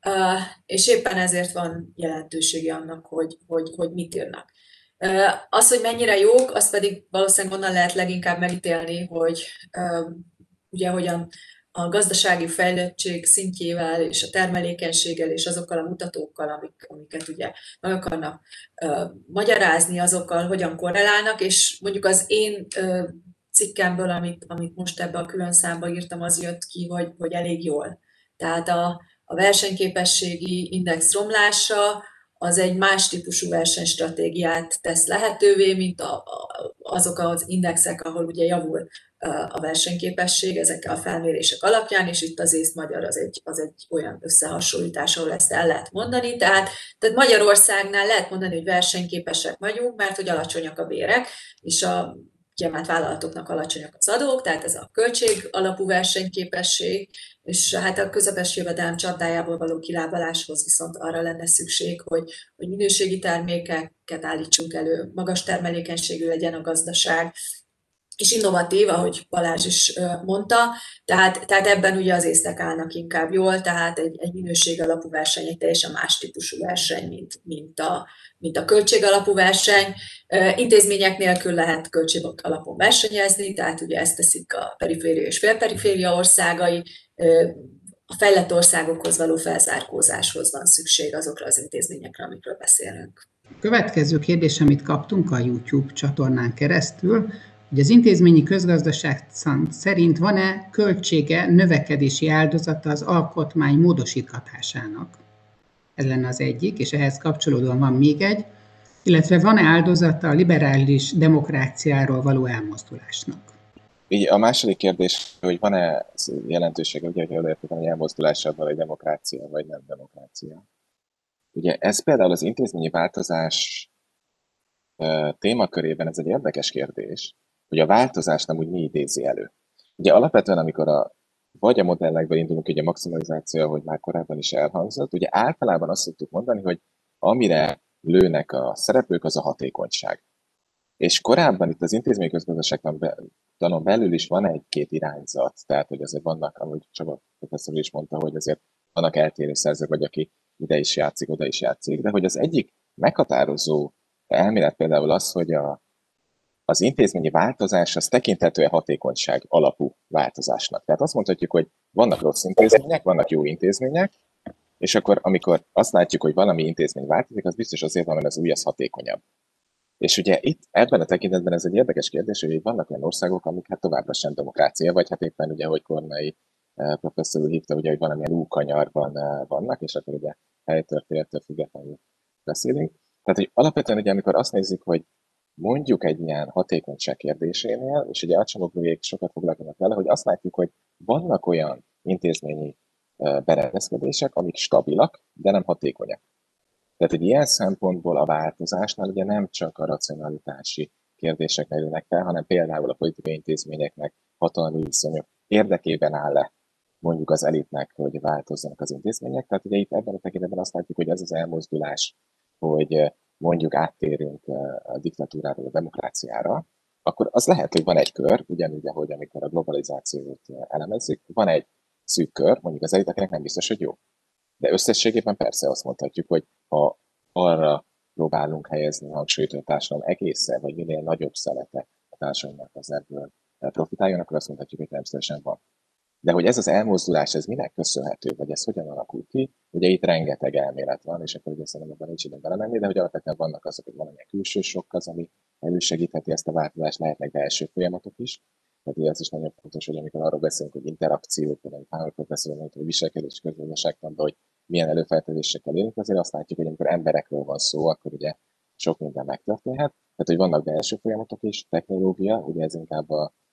és éppen ezért van jelentősége annak, hogy mit írnak. Az, hogy mennyire jók, azt pedig valószínűleg onnan lehet leginkább megítélni, hogy ugye hogyan a gazdasági fejlettség szintjével és a termelékenységgel és azokkal a mutatókkal, amiket ugye meg akarnak magyarázni, azokkal hogyan korrelálnak, és mondjuk az én cikkemből, amit most ebbe a külön számba írtam, az jött ki, hogy elég jól. Tehát a versenyképességi index romlása az egy más típusú versenystratégiát tesz lehetővé, mint azok az indexek, ahol ugye javul a versenyképesség ezekkel a felmérések alapján, és itt az észt-magyar az egy olyan összehasonlítás, ahol ezt el lehet mondani. Tehát Magyarországnál lehet mondani, hogy versenyképesek vagyunk, mert hogy alacsonyak a bérek, és a kiemelt vállalatoknak alacsonyak az adók, tehát ez a költség alapú versenyképesség, és hát a közepes jövedelem csapdájából való kilábaláshoz viszont arra lenne szükség, hogy minőségi termékeket állítsunk elő, magas termelékenységű legyen a gazdaság, és innovatív, ahogy Balázs is mondta, tehát ebben ugye az észtek állnak inkább jól, tehát egy minőség alapú verseny egy teljesen más típusú verseny, mint a költség alapú verseny. Intézmények nélkül lehet költség alapon versenyezni, tehát ugye ezt teszik a periféria és félperiféria országai, a fejlett országokhoz való felzárkózáshoz van szükség azokra az intézményekre, amikről beszélünk. A következő kérdés, amit kaptunk a YouTube csatornán keresztül, hogy az intézményi közgazdaság szerint van-e költsége, növekedési áldozata az alkotmány módosíthatásának? Ez lenne az egyik, és ehhez kapcsolódóan van még egy, illetve van-e áldozata a liberális demokráciáról való elmozdulásnak? Így a második kérdés, hogy van-e jelentősége, ugye, hogy elértem, hogy elmozdulásában egy demokrácia, vagy nem demokrácia. Ugye ez például az intézményi változás témakörében ez egy érdekes kérdés, hogy a változást nem úgy mi idézi elő. Ugye alapvetően, amikor vagy a modellekből indulunk, ugye a maximalizáció, ahogy már korábban is elhangzott, ugye általában azt szoktuk mondani, hogy amire lőnek a szereplők, az a hatékonyság. És korábban itt az intézményi közgazdaságtanon belül is van egy-két irányzat, tehát hogy azért vannak, ahogy Csaba professzor is mondta, hogy azért vannak eltérő szerzők, vagy aki ide is játszik, oda is játszik, de hogy az egyik meghatározó elmélet például az, hogy az intézményi változás az tekinthetően hatékonyság alapú változásnak. Tehát azt mondhatjuk, hogy vannak rossz intézmények, vannak jó intézmények, és akkor amikor azt látjuk, hogy valami intézmény változik, az biztos azért van, mert az új, az hatékonyabb. És ugye itt ebben a tekintetben ez egy érdekes kérdés, hogy vannak olyan országok, amik hát továbbra sem demokrácia, vagy hát éppen ugye, ahogy Kornai professzor úr hívta, ugye, hogy valamilyen újkanyarban vannak, és akkor ugye helytől, féltől függetlenül beszélünk. Tehát, hogy alapvetően ugye, amikor azt nézzük, hogy mondjuk egy ilyen hatékonyság kérdésénél, és ugye Acsamogluék sokat foglalkoznak vele, hogy azt látjuk, hogy vannak olyan intézményi berendezkedések, amik stabilak, de nem hatékonyak. Tehát egy ilyen szempontból a változásnál ugye nem csak a racionalitási kérdések merülnek fel, hanem például a politikai intézményeknek hatalmi viszonyok érdekében áll-e mondjuk az elitnek, hogy változzanak az intézmények. Tehát ugye itt ebben a tekintetben azt látjuk, hogy ez az elmozdulás, hogy mondjuk áttérünk a diktatúráról a demokráciára, akkor az lehet, hogy van egy kör, ugyanúgy, ahogy amikor a globalizációt elemezzük, van egy szűk kör, mondjuk az eliteknek nem biztos, hogy jó. De összességében persze azt mondhatjuk, hogy ha arra próbálunk helyezni hangsúlyt, hogy a társadalom egészen, vagy minél nagyobb szelete a társadalomnak az ebből profitáljon, akkor azt mondhatjuk, hogy természetesen van. De hogy ez az elmozdulás, ez minek köszönhető, vagy ez hogyan alakul ki? Ugye itt rengeteg elmélet van, és akkor ugye szerintem abban nincs időn belemenni, de hogy alapvetően vannak azok, hogy valamilyen külső sok az, ami elősegítheti ezt a változást, lehetnek belső folyamatok is. Tehát ugye az is nagyon fontos, hogy amikor arról beszélünk, hogy interakciók, vagy Pável professzor mondta, hogy viselkedés közgazdaságtanban, hogy milyen előfeltevésekkel élünk, azért azt látjuk, hogy amikor emberekről van szó, akkor ugye sok minden megtörténhet. Tehát, hogy vannak belső folyamatok is, technológia, ugye ez inkább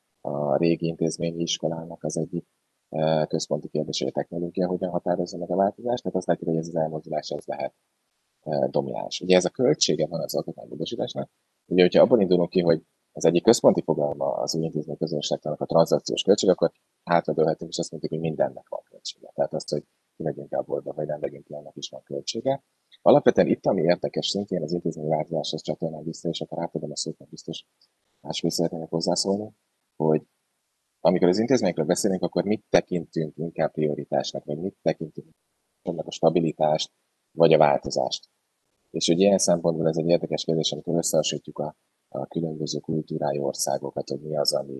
a régi intézményi iskolának az egyik központi kérdés, hogy a technológia hogyan határozza meg a változást, tehát azt látjuk, hogy ez az elmozdulás az lehet domináns. Ugye ez a költsége van az alkotmánymódosításnak, ugye hogyha abból indulunk ki, hogy az egyik központi fogalma az új intézmény közösségtanak a tranzakciós költség, akkor hátradőlhetünk, és azt mondjuk, hogy mindennek van költsége. Tehát azt, hogy kimegyünk el a boltba, vagy nem megyünk ki, annak is van költsége. Alapvetően itt, ami érdekes, szintén az intézményi változáshoz csatolnám vissza, és akkor átadom a szót, mert biztos másmilyen szeretnének hozzászólni, hogy amikor az intézményekről beszélünk, akkor mit tekintünk inkább prioritásnak, vagy mit tekintünk a stabilitást, vagy a változást. És hogy ilyen szempontból ez egy érdekes kérdés, amikor összehasonlítjuk a különböző kultúrájú országokat, hogy mi az, ami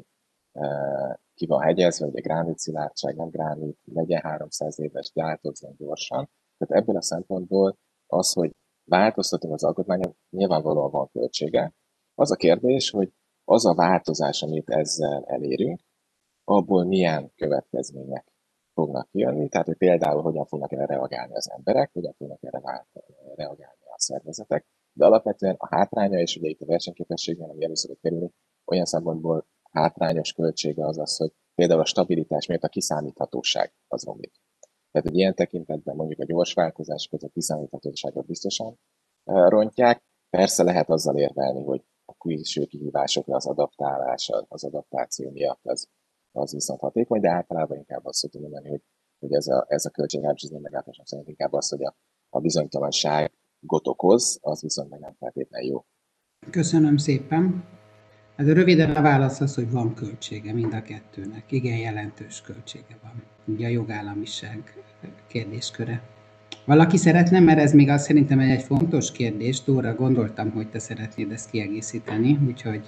ki van hegyezve, ugye gránit szilárdság, nem gránit, legyen 300 éves, változzon gyorsan. Tehát ebből a szempontból az, hogy változtatunk az alkotmányon, nyilvánvalóan van költsége. Az a kérdés, hogy az a változás, amit ezzel elérünk, abból milyen következmények fognak jönni, tehát hogy például hogyan fognak erre reagálni az emberek, hogyan fognak erre reagálni a szervezetek, de alapvetően a hátránya, és ugye itt a versenyképességnél, ami elő szokott kerülni, olyan szempontból hátrányos költsége az az, hogy például a stabilitás miatt a kiszámíthatóság az romlik. Tehát egy ilyen tekintetben mondjuk a gyors változások a kiszámíthatóságot biztosan rontják. Persze lehet azzal érvelni, hogy a külső kihívásokra az adaptálás, az adaptáció miatt az viszont hatékony, de általában inkább azt szoktam mondani, hogy ez a költségháborús meglátásom szerint inkább az, hogy a bizonytalanságot okoz, az viszont meg nem feltétlenül jó. Köszönöm szépen. Hát röviden a válasz az, hogy van költsége mind a kettőnek. Igen, jelentős költsége van. Ugye a jogállamiság kérdésköre. Valaki szeretne, mert ez még azt szerintem egy fontos kérdés. Dóra, gondoltam, hogy te szeretnéd ezt kiegészíteni, úgyhogy...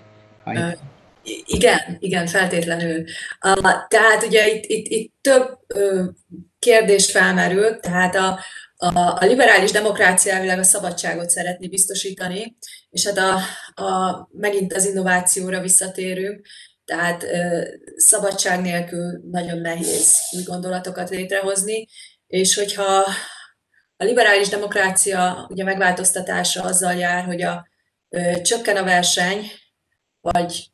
Igen, feltétlenül. Tehát ugye itt több kérdés felmerült, tehát a liberális demokrácia elvileg a szabadságot szeretné biztosítani, és hát megint az innovációra visszatérünk, tehát szabadság nélkül nagyon nehéz új gondolatokat létrehozni, és hogyha a liberális demokrácia ugye megváltoztatása azzal jár, hogy csökken a verseny, vagy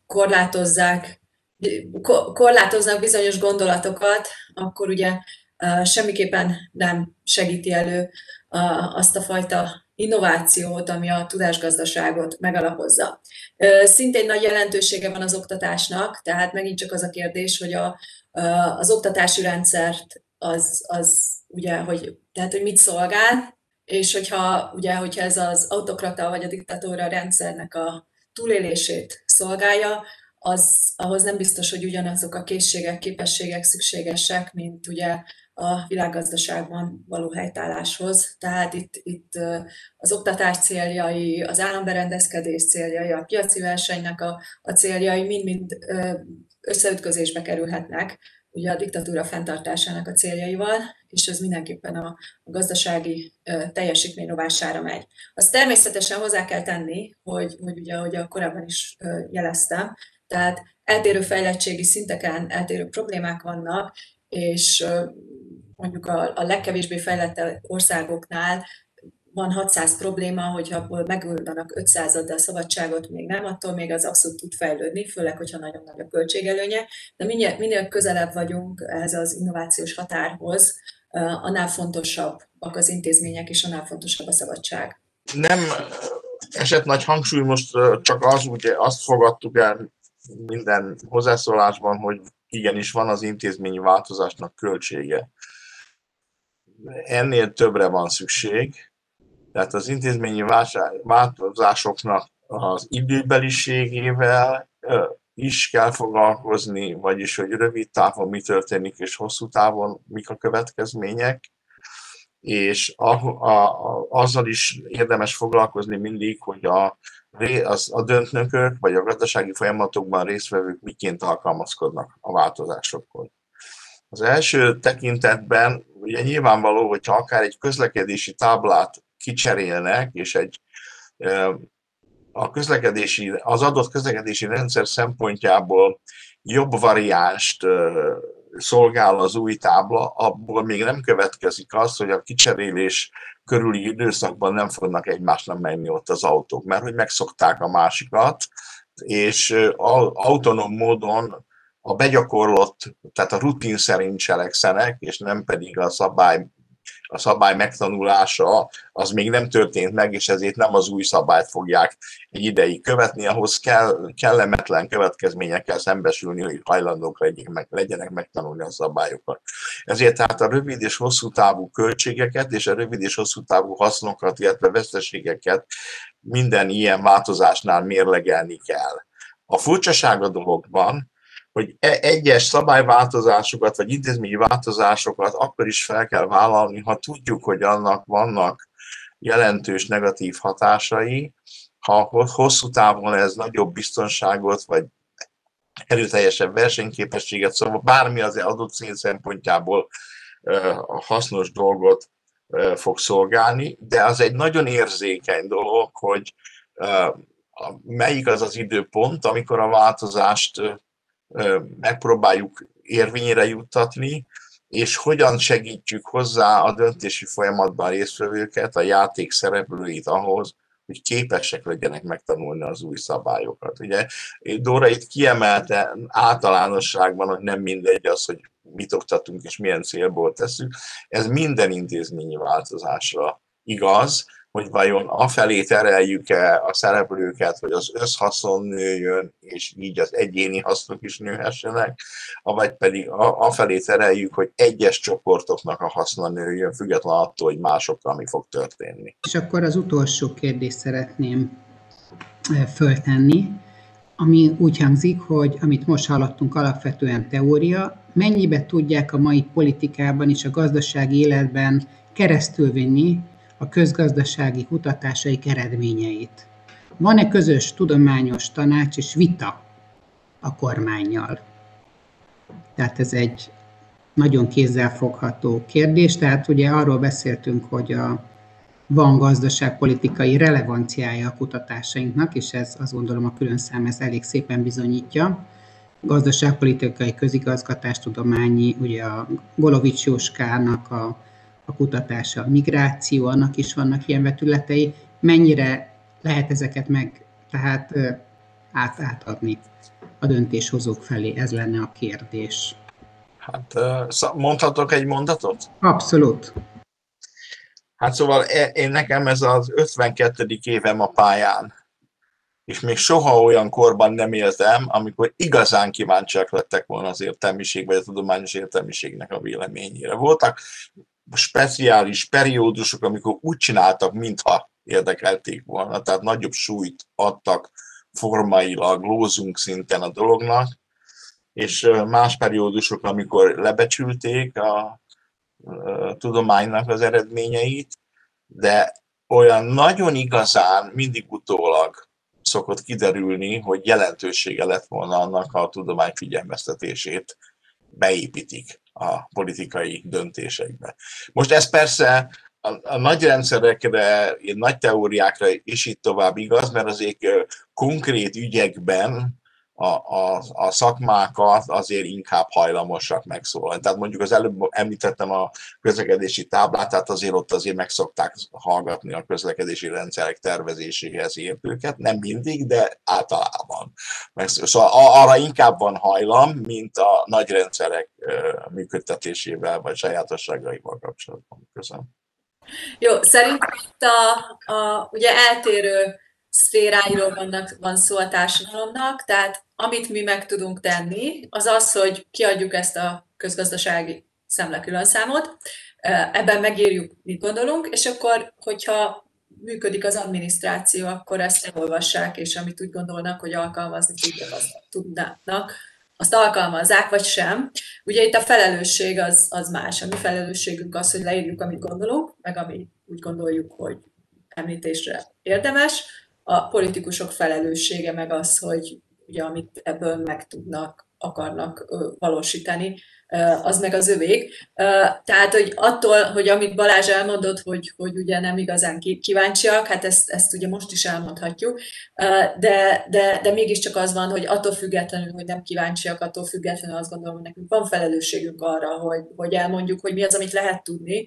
korlátoznak bizonyos gondolatokat, akkor ugye semmiképpen nem segíti elő azt a fajta innovációt, ami a tudásgazdaságot megalapozza. Szintén nagy jelentősége van az oktatásnak, tehát megint csak az a kérdés, hogy az oktatási rendszert az ugye, hogy mit szolgál, és hogyha ez az autokrata vagy a diktatúra rendszernek a túlélését szolgálja, ahhoz nem biztos, hogy ugyanazok a készségek, képességek szükségesek, mint ugye a világgazdaságban való helytálláshoz. Tehát itt az oktatás céljai, az államberendezkedés céljai, a piaci versenynek a céljai mind-mind összeütközésbe kerülhetnek ugye a diktatúra fenntartásának a céljaival, és ez mindenképpen a gazdasági teljesítmény rovására megy. Azt természetesen hozzá kell tenni, hogy ugye, ahogy korábban is jeleztem, tehát eltérő fejlettségi szinteken eltérő problémák vannak, és mondjuk a legkevésbé fejlett országoknál van 600 probléma, hogyha abból megoldanak 500-at, de a szabadságot még nem, attól még az abszolút tud fejlődni, főleg, hogyha nagyon nagy a költségelőnye. De minél közelebb vagyunk ehhez az innovációs határhoz, annál fontosabbak az intézmények, és annál fontosabb a szabadság. Nem esett nagy hangsúly, most csak azt fogadtuk el minden hozzászólásban, hogy igenis van az intézményi változásnak költsége. Ennél többre van szükség. Tehát az intézményi változásoknak az időbeliségével is kell foglalkozni, vagyis hogy rövid távon mi történik, és hosszú távon mik a következmények. És azzal is érdemes foglalkozni mindig, hogy a döntők vagy a gazdasági folyamatokban résztvevők miként alkalmazkodnak a változásokhoz. Az első tekintetben ugye nyilvánvaló, hogyha akár egy közlekedési táblát kicserélnek, és az adott közlekedési rendszer szempontjából jobb variánst szolgál az új tábla, abból még nem következik az, hogy a kicserélés körüli időszakban nem fognak egymásnak menni ott az autók, mert hogy megszokták a másikat, és autonóm módon a begyakorlott, tehát a rutin szerint cselekszenek, és nem pedig a szabály megtanulása, az még nem történt meg, és ezért nem az új szabályt fogják egy ideig követni, ahhoz kellemetlen következményekkel szembesülni, hogy hajlandók legyenek megtanulni a szabályokat. Ezért tehát a rövid és hosszú távú költségeket és a rövid és hosszú távú hasznokat, illetve veszteségeket minden ilyen változásnál mérlegelni kell. A furcsaság a dologban, hogy egyes szabályváltozásokat vagy intézményi változásokat akkor is fel kell vállalni, ha tudjuk, hogy annak vannak jelentős negatív hatásai, ha hosszú távon ez nagyobb biztonságot vagy erőteljesebb versenyképességet, szóval bármi az adott cél szempontjából hasznos dolgot fog szolgálni, de az egy nagyon érzékeny dolog, hogy melyik az az időpont, amikor a változást megpróbáljuk érvényre juttatni, és hogyan segítjük hozzá a döntési folyamatban résztvevőket, a játék szereplőit ahhoz, hogy képesek legyenek megtanulni az új szabályokat. Ugye Dóra itt kiemelte általánosságban, hogy nem mindegy az, hogy mit oktatunk és milyen célból tesszük. Ez minden intézményi változásra igaz, hogy vajon afelé tereljük-e a szereplőket, hogy az összhaszon nőjön, és így az egyéni hasznok is nőhessenek, vagy pedig afelé tereljük, hogy egyes csoportoknak a haszna nőjön, független attól, hogy másokkal mi fog történni. És akkor az utolsó kérdést szeretném föltenni. ami úgy hangzik, hogy amit most hallottunk, alapvetően teória, mennyibe tudják a mai politikában és a gazdasági életben keresztülvinni a közgazdasági kutatásaik eredményeit. Van-e közös tudományos tanács és vita a kormánnyal? Tehát ez egy nagyon kézzelfogható kérdés, tehát ugye arról beszéltünk, hogy van gazdaságpolitikai relevanciája a kutatásainknak, és ez azt gondolom a külön szám ez elég szépen bizonyítja. Gazdaságpolitikai közigazgatástudományi, ugye a Golovics Jóskának a kutatása, a migráció, annak is vannak ilyen vetületei. Mennyire lehet ezeket tehát átadni a döntéshozók felé? Ez lenne a kérdés. Hát mondhatok egy mondatot? Abszolút. Hát szóval nekem ez az 52. évem a pályán, és még soha olyan korban nem éltem, amikor igazán kíváncsiak lettek volna az értelmiség, vagy a tudományos értelmiségnek a véleményére. Voltak speciális periódusok, amikor úgy csináltak, mintha érdekelték volna, tehát nagyobb súlyt adtak formailag, lózunk szinten a dolognak, és más periódusok, amikor lebecsülték a tudománynak az eredményeit, de olyan nagyon igazán mindig utólag szokott kiderülni, hogy jelentősége lett volna annak, ha a tudomány figyelmeztetését beépítik a politikai döntésekbe. Most ez persze a nagy rendszerekre, nagy teóriákra is itt tovább igaz, mert azért konkrét ügyekben a szakmákat azért inkább hajlamosak megszólalni. Tehát mondjuk az előbb említettem a közlekedési táblát, tehát azért meg szokták hallgatni a közlekedési rendszerek tervezéséhez értőket, nem mindig, de általában. Szóval arra inkább van hajlam, mint a nagy rendszerek működtetésével vagy sajátosságaival kapcsolatban. Köszönöm. Jó, szerintem itt ugye eltérő szféráiról van szó a társadalomnak, tehát amit mi meg tudunk tenni, az az, hogy kiadjuk ezt a közgazdasági szemlekülönszámot, ebben megírjuk, mit gondolunk, és akkor, hogyha működik az adminisztráció, akkor ezt elolvassák, és amit úgy gondolnak, hogy alkalmazni tudnának, azt alkalmazzák, vagy sem. Ugye itt a felelősség az más. A mi felelősségünk az, hogy leírjuk, amit gondolunk, meg amit úgy gondoljuk, hogy említésre érdemes. A politikusok felelőssége meg az, hogy ugye, amit ebből akarnak valósítani, az meg az övék. Tehát, hogy attól, hogy amit Balázs elmondott, hogy ugye nem igazán kíváncsiak, hát ezt ugye most is elmondhatjuk, de mégiscsak az van, hogy attól függetlenül, hogy nem kíváncsiak, attól függetlenül azt gondolom, hogy nekünk van felelősségünk arra, hogy elmondjuk, hogy mi az, amit lehet tudni,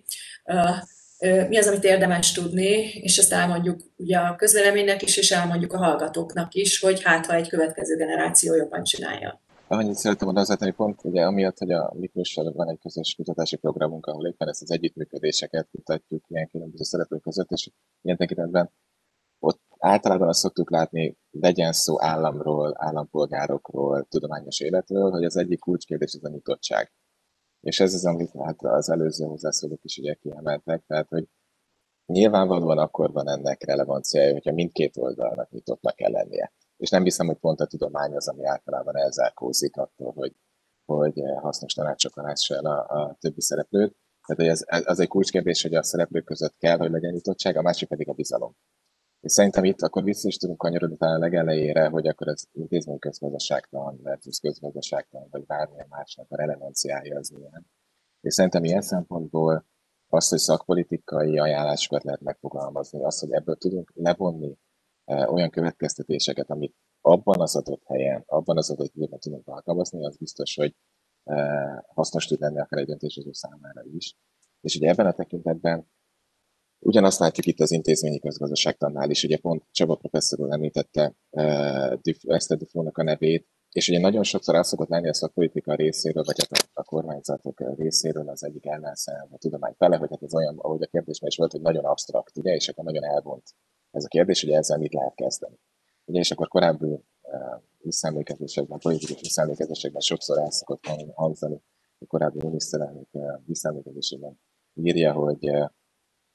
mi az, amit érdemes tudni, és ezt elmondjuk ugye a közvéleménynek is, és elmondjuk a hallgatóknak is, hogy hát, ha egy következő generáció jobban csinálja. Annyit szeretem oda hozzátenni pont, ugye amiatt, hogy a Miklóssal van egy közös kutatási programunk, ahol éppen ezt az együttműködéseket kutatjuk ilyen különböző szereplők között, és ilyen tekintetben ott általában azt szoktuk látni, legyen szó államról, állampolgárokról, tudományos életről, hogy az egyik kulcskérdés az a nyitottság. És ez az, amit hát az előző hozzászólók is ugye kiemeltek, tehát hogy nyilvánvalóan akkor van ennek relevanciája, hogyha mindkét oldalnak nyitottnak kell lennie. És nem hiszem, hogy pont a tudomány az, ami általában elzárkózik attól, hogy hasznos tanácsokat lássa el a többi szereplőt. Tehát hogy az egy kulcskérdés, hogy a szereplők között kell, hogy legyen nyitottság, a másik pedig a bizalom. És szerintem itt akkor vissza is tudunk kanyarodni talán a legelejére, hogy akkor az intézmény közgazdaságtan versus közgazdaságtan, vagy bármilyen másnak a relevanciája az milyen. És szerintem ilyen szempontból az, hogy szakpolitikai ajánlásokat lehet megfogalmazni, az, hogy ebből tudunk levonni olyan következtetéseket, amit abban az adott helyen, abban az adott időben tudunk alkalmazni, az biztos, hogy hasznos tud lenni akár egy döntéshozó számára is. És ugye ebben a tekintetben ugyanazt látjuk itt az intézményi közgazdaságtannál is, ugye pont Csaba professzor úr említette Eszter Duflónak a nevét, és ugye nagyon sokszor el szokott lenni a szakpolitika részéről, vagy a kormányzatok részéről az egyik ellenszem a tudomány fele, hogy hát ez olyan, ahogy a kérdésben is volt, hogy nagyon absztrakt, ugye, és akkor nagyon elvont ez a kérdés, hogy ezzel mit lehet kezdeni. Ugye, és akkor korábbi visszaemlékezésekben, politikus visszaemlékezésekben sokszor el szokott hangzani, a korábbi miniszterelnök visszaemlékezésében írja, hogy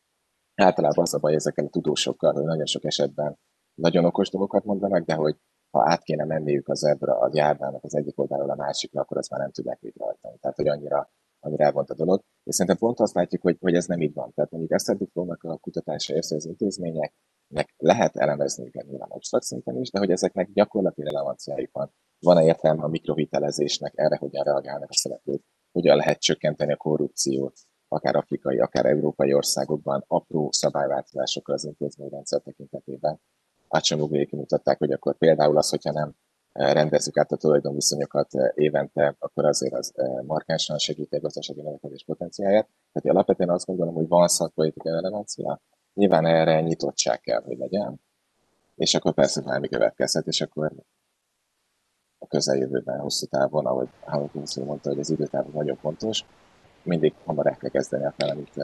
általában az a baj ezekkel a tudósokkal, hogy nagyon sok esetben nagyon okos dolgokat mondanak, de hogy ha át kéne menniük az ebből a járdának az egyik oldalról a másikra, akkor azt már nem tudják végrehajtani. Tehát, hogy annyira elvont a dolog. És szerintem pont azt látjuk, hogy ez nem így van. Tehát mondjuk ezt a diplomnak a kutatása érsz az intézményeknek lehet elemezni nyilván absztrakt szinten is, de hogy ezeknek gyakorlati relevanciájuk van. Van-e értelme a mikrohitelezésnek, erre hogyan reagálnak a szereplők, hogyan lehet csökkenteni a korrupciót, akár afrikai, akár európai országokban apró szabályváltozásokkal az intézményrendszer tekintetében. Ácsamogói kimutatták, hogy akkor például az, hogyha nem rendezzük át a tulajdonviszonyokat évente, akkor azért az markánsan segíti a gazdasági növekedés potenciáját. Tehát alapvetően azt gondolom, hogy van szakpolitikai relevancia, nyilván erre nyitottság kell, hogy legyen, és akkor persze bármi következhet, és akkor a közeljövőben, hosszú távon, ahogy Hallott mondta, hogy az időtáv nagyon fontos, mindig hamar el kell kezdeni a fel, amit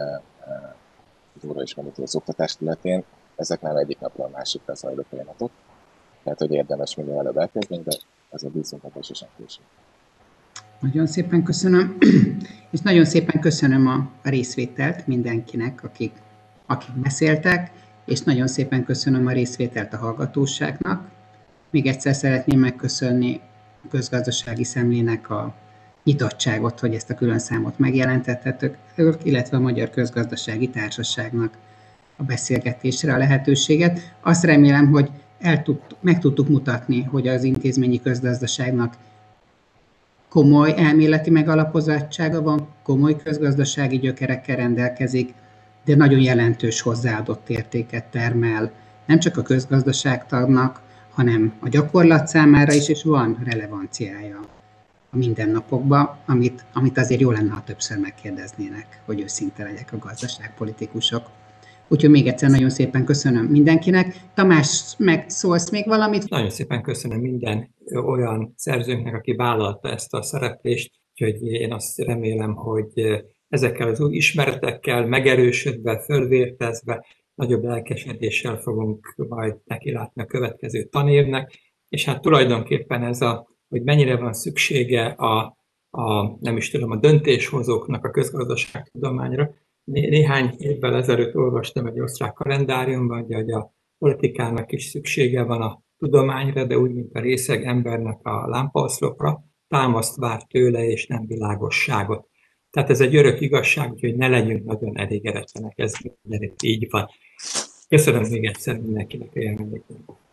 Dóra is mondott, az oktatás területén, ezek nem egyik napról a másikra zajló folyamatok. Tehát, hogy érdemes minél előbb elkezdeni, de azért bízunk a sosem később. Nagyon szépen köszönöm, és nagyon szépen köszönöm a részvételt mindenkinek, akik beszéltek, és nagyon szépen köszönöm a részvételt a hallgatóságnak. Még egyszer szeretném megköszönni a Közgazdasági Szemlének a nyitottságot, hogy ezt a külön számot megjelentethetők, illetve a Magyar Közgazdasági Társaságnak a beszélgetésre a lehetőséget. Azt remélem, hogy meg tudtuk mutatni, hogy az intézményi közgazdaságnak komoly elméleti megalapozottsága van, komoly közgazdasági gyökerekkel rendelkezik, de nagyon jelentős hozzáadott értéket termel nem csak a közgazdaságtannak, hanem a gyakorlat számára is, és van relevanciája a mindennapokban, amit azért jó lenne, ha többször megkérdeznének, hogy őszinte legyek a gazdaságpolitikusok. Úgyhogy még egyszer nagyon szépen köszönöm mindenkinek. Tamás, megszólsz még valamit? Nagyon szépen köszönöm minden olyan szerzőnknek, aki vállalta ezt a szereplést, úgyhogy én azt remélem, hogy ezekkel az új ismeretekkel megerősödve, fölvértezve, nagyobb lelkesedéssel fogunk majd nekilátni a következő tanévnek, és hát tulajdonképpen hogy mennyire van szüksége a döntéshozóknak a közgazdaságtudományra. Néhány évvel ezelőtt olvastam egy osztrák kalendáriumban, hogy a politikának is szüksége van a tudományra, de úgy, mint a részeg embernek a lámpaoszlopra, támaszt vár tőle, és nem világosságot. Tehát ez egy örök igazság, úgyhogy ne legyünk nagyon elégedetlenek, ez mindenütt így van. Köszönöm még egyszer mindenkinek a jelenlétét.